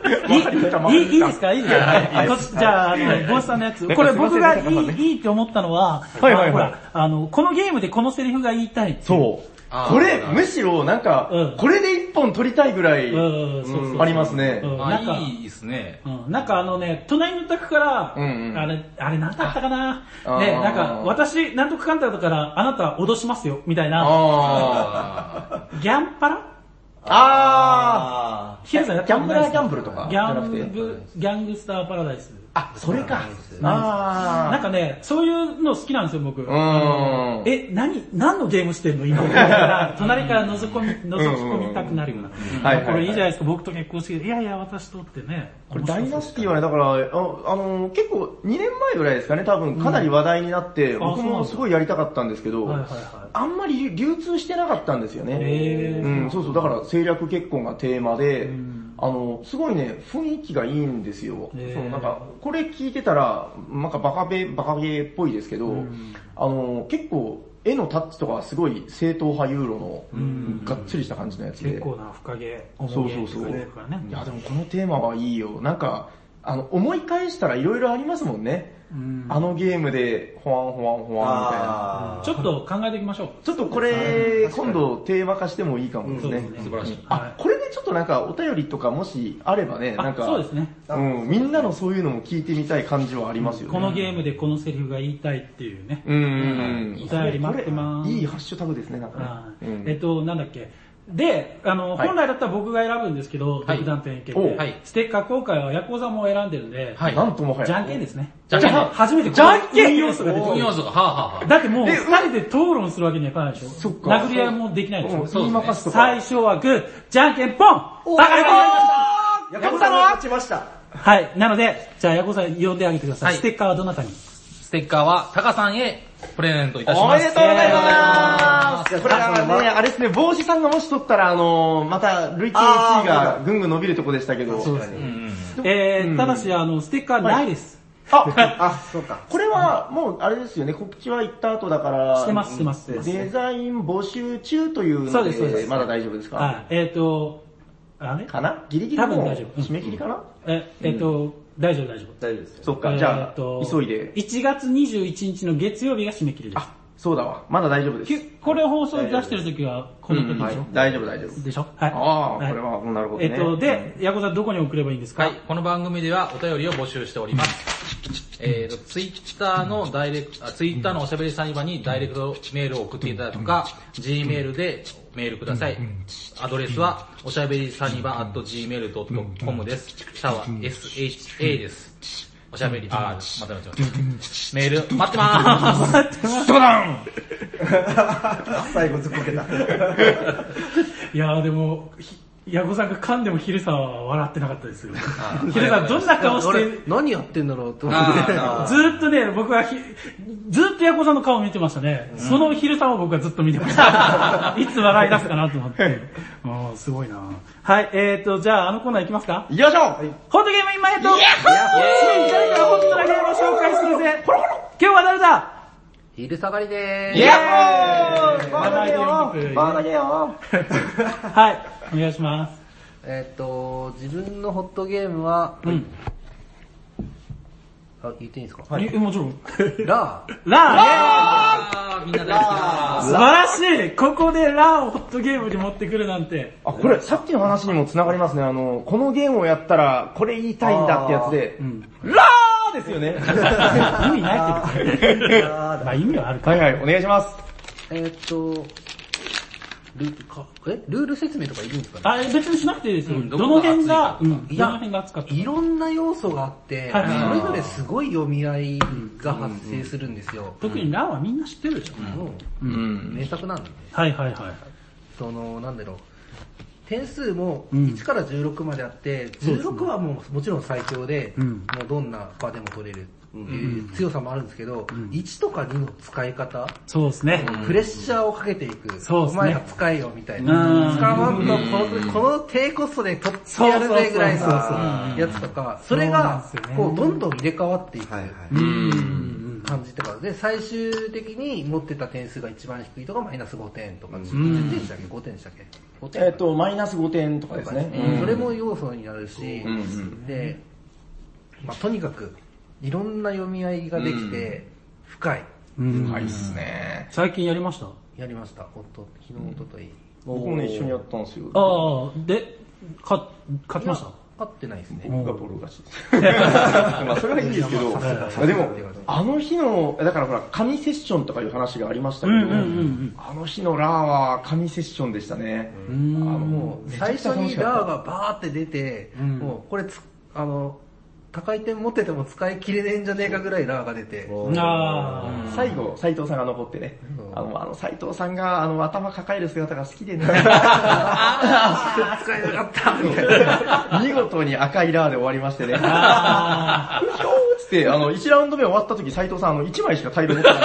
いい、いいですかいいですかじゃあ、あの、ボスさんのやつ。これ僕がいい、いいって思ったのは、はいはいはい。あの、このゲームでこのセリフが言いたい。 そう。これ、むしろなんか、これで一本取りたいぐらい、ありますね。 なんか、いいですね。 なんかあのね、隣の宅から、あれ、あれ何だったかなね、なんか、私、なんとかかんたとから、あなた脅しますよ、みたいな。ギャンパラあー。 ヒデさんやったことないですか？ ギャンブラーギャンブルとかギャンブ、ギャングスターパラダイス。 あ、それか。 あー。なんかね、そういうの好きなんですよ、僕。え、何、何のゲームしてんの今。だから、隣から覗き込み、覗き込みたくなるような。これいいじゃないですか、僕と結婚して、いやいや、私とってね。 これダイナスティはね、だから、あの、結構にねんまえぐらいですかね、多分かなり話題になって、僕もすごいやりたかったんですけど、あんまり流通してなかったんですよね。うん、そうそう、だから政略結婚がテーマで、あの、すごいね、雰囲気がいいんですよ。そう、なんか、これ聞いてたら、なんかバカゲー、バカゲーっぽいですけど、あの、結構、絵のタッチとかすごい正統派ユーロの、がっつりした感じのやつで。 結構な深ゲー、 そうそうそう。いや、でもこのテーマはいいよ。なんか、あの、思い返したら色々ありますもんね。あのゲームで、ほわんほわんほわんみたいな。 ちょっと考えていきましょう。 ちょっとこれ、今度テーマ化してもいいかもですね。 素晴らしい。 あ、これでちょっとなんかお便りとかもしあればね、なんか、 そうですね。 うん、みんなのそういうのも聞いてみたい感じはありますよね。 このゲームでこのセリフが言いたいっていうね。 うん。 お便り待ってます。 いいハッシュタグですね、なんかね。えっと、なんだっけ。で、あの、本来だったら僕が選ぶんですけど、独断と偏見で、ステッカー今回はヤコウさんも選んでるんで、 なんともはや。 じゃんけんですね。 じゃんけん。 初めてじゃんけん要素が出てくる。 運要素が、はぁはぁ。 だってもう、二人で討論するわけにはいかないでしょ。 そっか。 殴り合いもできないでしょ。 言いまかすとか。 最初はグー、じゃんけんポンバカがやりましたヤコウさんが勝ちました。 はい。なので、じゃあヤコウさん呼んであげてください。ステッカーはどなたに？ ステッカーはタカさんへプレゼントいたします。 おめでとうございます。これはね、あれですね、帽子さんがもし取ったら、あのー、また累計いちいがぐんぐん伸びるとこでしたけど。 そうですね。えー、ただし、あの、ステッカーないです。 あ、あ、そうか。これはもうあれですよね、告知は行った後だから。 してます、してます。 デザイン募集中というので、まだ大丈夫ですか？ はい。えっと、あれかなギリギリの締め切りかな？ え、えっと、大丈夫、大丈夫。 大丈夫です。 そっか、じゃあ、急いで。 いちがつにじゅういちにちの月曜日が締め切りです。 あ、そうだわ。まだ大丈夫です。 これ放送出してる時は、この時でしょ？ 大丈夫、大丈夫。 でしょ？はい。 ああ、これは、なるほどね。 えっと、で、ヤコさんどこに送ればいいんですか？ はい、この番組ではお便りを募集しております。えーと、ツイッターのダイレクト、ツイッターのおしゃべりサニバにダイレクトメールを送っていただくか、Gmail でメールください。アドレスは、おしゃべりサニバ at ジーメールドットコム です。下は エスエイチエー です。おしゃべり、あー、また待ってます。メール、待ってまーす。待ってます。ドダン最後ずっこけた。 いやーでも、ヤコさんが噛んでもヒデさんは笑ってなかったですよ。ヒデさんどんな顔して、 何やってんだろうと思って。 ずーっとね、僕はひ、ずーっとヤコさんの顔を見てましたね。そのヒデさんを僕はずっと見てました。いつ笑い出すかなと思って。あーすごいな。はい、えーと、じゃああのコーナー行きますか？ 行きましょう、はい、 ホットゲーム今へとついに誰かがホットなゲームを紹介するぜ。今日は誰だ？ 昼下がりでーす。 イエーイバーガーよバーガーよはい、お願いします。 えっと、自分のホットゲームは、うん、あ、言っていいんですか？ はい。もちろん。 ラー。 ラーみんな大好きだ。 素晴らしいここでラーをホットゲームに持ってくるなんて。 あ、これさっきの話にも繋がりますね。あの、このゲームをやったら、これ言いたいんだってやつで、うん、ラーですよね。 意味ないってこと。まあ意味はあるか。 はいはい、お願いします。 えー、っと、ルールか、えルール説明とかいるんですかね？ あ、別にしなくていいですよ。うん、どの辺が、うん、どの辺が扱っていろんな要素があって、はいはいはい、それぞれすごい読み合いが発生するんですよ。うんうん、 特にラーはみんな知ってるでしょ。 うん。うん、名作なんで、ね。 はいはいはい。 その、なんだろう。点数もいちからじゅうろくまであって、うん、じゅうろくはもうもちろん最強で、うん、もうどんな場でも取れる。うん、強さもあるんですけど、うん、いちとかにの使い方、 そうですね。 プレッシャーをかけていく。 そうですね。 お前が使えよみたいな。使わんとこの、この低コストで取ってやるぜぐらいのやつとか、それがこうどんどん入れ替わっていく。 感じとかで、最終的に持ってた点数が一番低いとかマイナスごてんとか、じゅってんでしたっけ ?ご 点でしたっけごてんえっと、マイナスごてんとかですね。 うん、それも要素になるし、うん、で、まあ、とにかく、いろんな読み合いができて、深い。 深いっすね。 最近やりました？ やりました。おっと、昨日、おととい。 僕もね、一緒にやったんですよ。 ああ、で、か、勝ちました？ 勝ってないですね。 僕がボロ勝ちです。まあそれはいいんですけど、でも、あの日の、だからほら、神セッションとかいう話がありましたけど、あの日のラーは神セッションでしたね。 あのもう、最初にラーがバーって出て、もうこれつ、あの、高い点持ってても使い切れねえんじゃねえかぐらいラーが出て。 最後、斉藤さんが残ってね。あの、あの、斉藤さんが、あの、頭抱える姿が好きでね。使えなかったみたいな。見事に赤いラーで終わりましてね。うひょーつって、あの、いちラウンド目終わった時、斉藤さん、あの、いちまいしかタイル持ってない。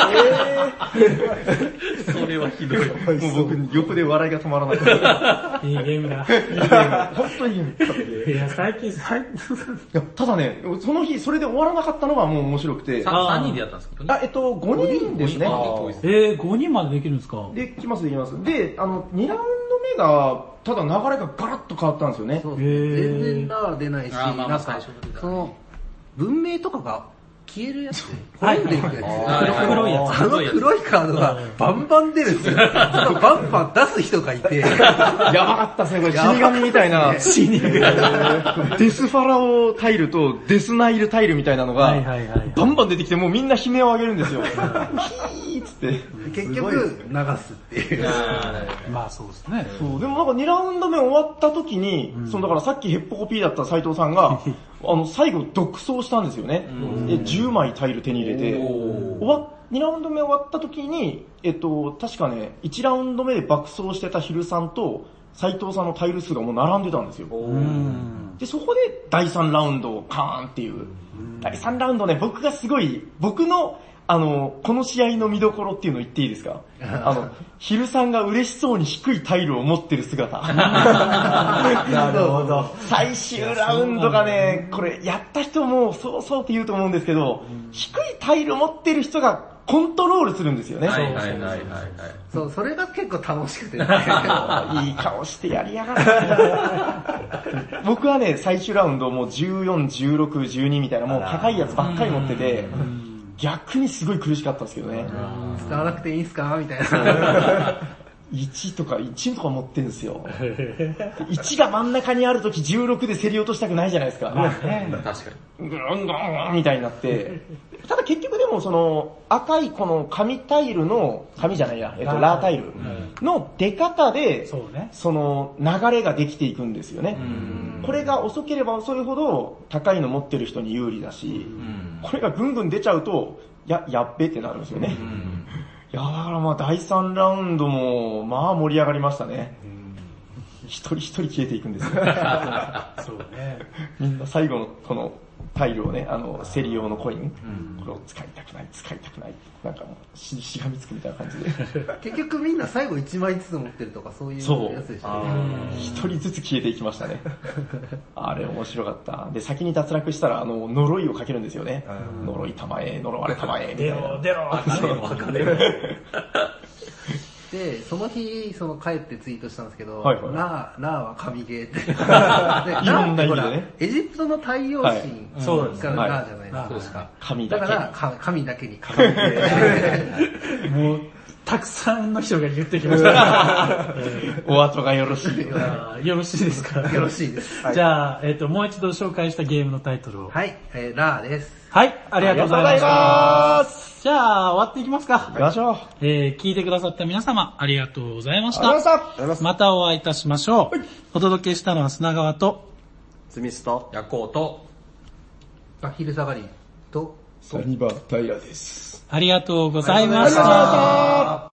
それはひどい。 もう僕、横で笑いが止まらない。 いいゲームだ。 本当にいいゲーム。 いや、最近、最近。ただね、その日、それで終わらなかったのがもう面白くて。 さんにんでやったんですか？ あ、えっと、ごにんですね。 えー、ごにんまでできるんですか？ できます、できます。で、あの、にラウンド目が、ただ流れがガラッと変わったんですよね。 そう全然ラー出ないし、なんか、その、文明とかが消えるやつで、滅んでいくやつ。 黒いやつ。 あの黒いカードがバンバン出るんですよ。バンバン出す人がいて。やばかったですね、これ。死神みたいな。死神。デスファラオタイルとデスナイルタイルみたいなのが、バンバン出てきて、もうみんな悲鳴を上げるんですよ。ヒーッつって。 結局、流すっていう。 まあそうですね。 そう、でもなんかにラウンド目終わった時に、そのだからさっきヘッポコピーだった斉藤さんが、あの、最後独走したんですよね。で、じゅうまいタイル手に入れて、終わ、にラウンド目終わった時に、えっと、確かね、いちラウンド目で爆走してたヒルさんと、斉藤さんのタイル数がもう並んでたんですよ。で、そこでだいさんラウンドをカーンっていう。だいさんラウンドね、僕がすごい、僕の、あの、この試合の見どころっていうの言っていいですか？あの、ヒルさんが嬉しそうに低いタイルを持ってる姿。 なるほど。 最終ラウンドがね、これやった人もそうそうって言うと思うんですけど、低いタイル持ってる人がコントロールするんですよね。 はいはいはいはい。 そう、それが結構楽しくて、ね、 いい顔してやりやがる。僕はね、最終ラウンドもうじゅうよん、じゅうろく、じゅうにみたいなもう高いやつばっかり持ってて、逆にすごい苦しかったんですけどね。 使わなくていいんすかみたいな。 いちとか、いちとか持ってるんですよ。いちが真ん中にあるときじゅうろくで競り落としたくないじゃないですか。 確かに。ぐるんぐるんみたいになって。ただ結局でもその赤いこの紙タイルの、紙じゃないや、えっと、ラータイルの出方で、その流れができていくんですよね。これが遅ければ遅いほど高いの持ってる人に有利だし、これがぐんぐん出ちゃうと、や、やっべってなるんですよね。いやだからまあだいさんラウンドもまあ盛り上がりましたね。一人一人消えていくんですよ。 そうね。 みんな最後のこのタイルをね、あの、競り用のコイン、これを使いたくない、使いたくない。なんかもうし、しがみつくみたいな感じで。 結局みんな最後いちまいずつ持ってるとかそういうやつでしたね。 一人ずつ消えていきましたね。あれ面白かった。で、先に脱落したら、あの、呪いをかけるんですよね。呪い玉へ、呪われ玉へ、みたいな。 出ろ、出ろ、わかるよ。 で、その日、その帰ってツイートしたんですけど、 はいはい、 ラー、ラーは神ゲーって。 いろんな意味でね。 エジプトの太陽神からラーじゃないですか。 神だけ。 だから神だけに神ゲー。 もう、たくさんの人が言ってきました。 お後がよろしい。 よろしいですか？ よろしいです。 じゃあ、えっと、もう一度紹介したゲームのタイトルを。 はい、えー、ラーです。 はい、ありがとうございました。じゃあ、終わっていきますか。 行きましょう。 えー、聞いてくださった皆様、ありがとうございました。 ありがとうございました。 またお会いいたしましょう。はい、お届けしたのは砂川と、 ズミスと、 ヤコウと、 あ、昼下がりと、 サニバタイラです。 ありがとうございました。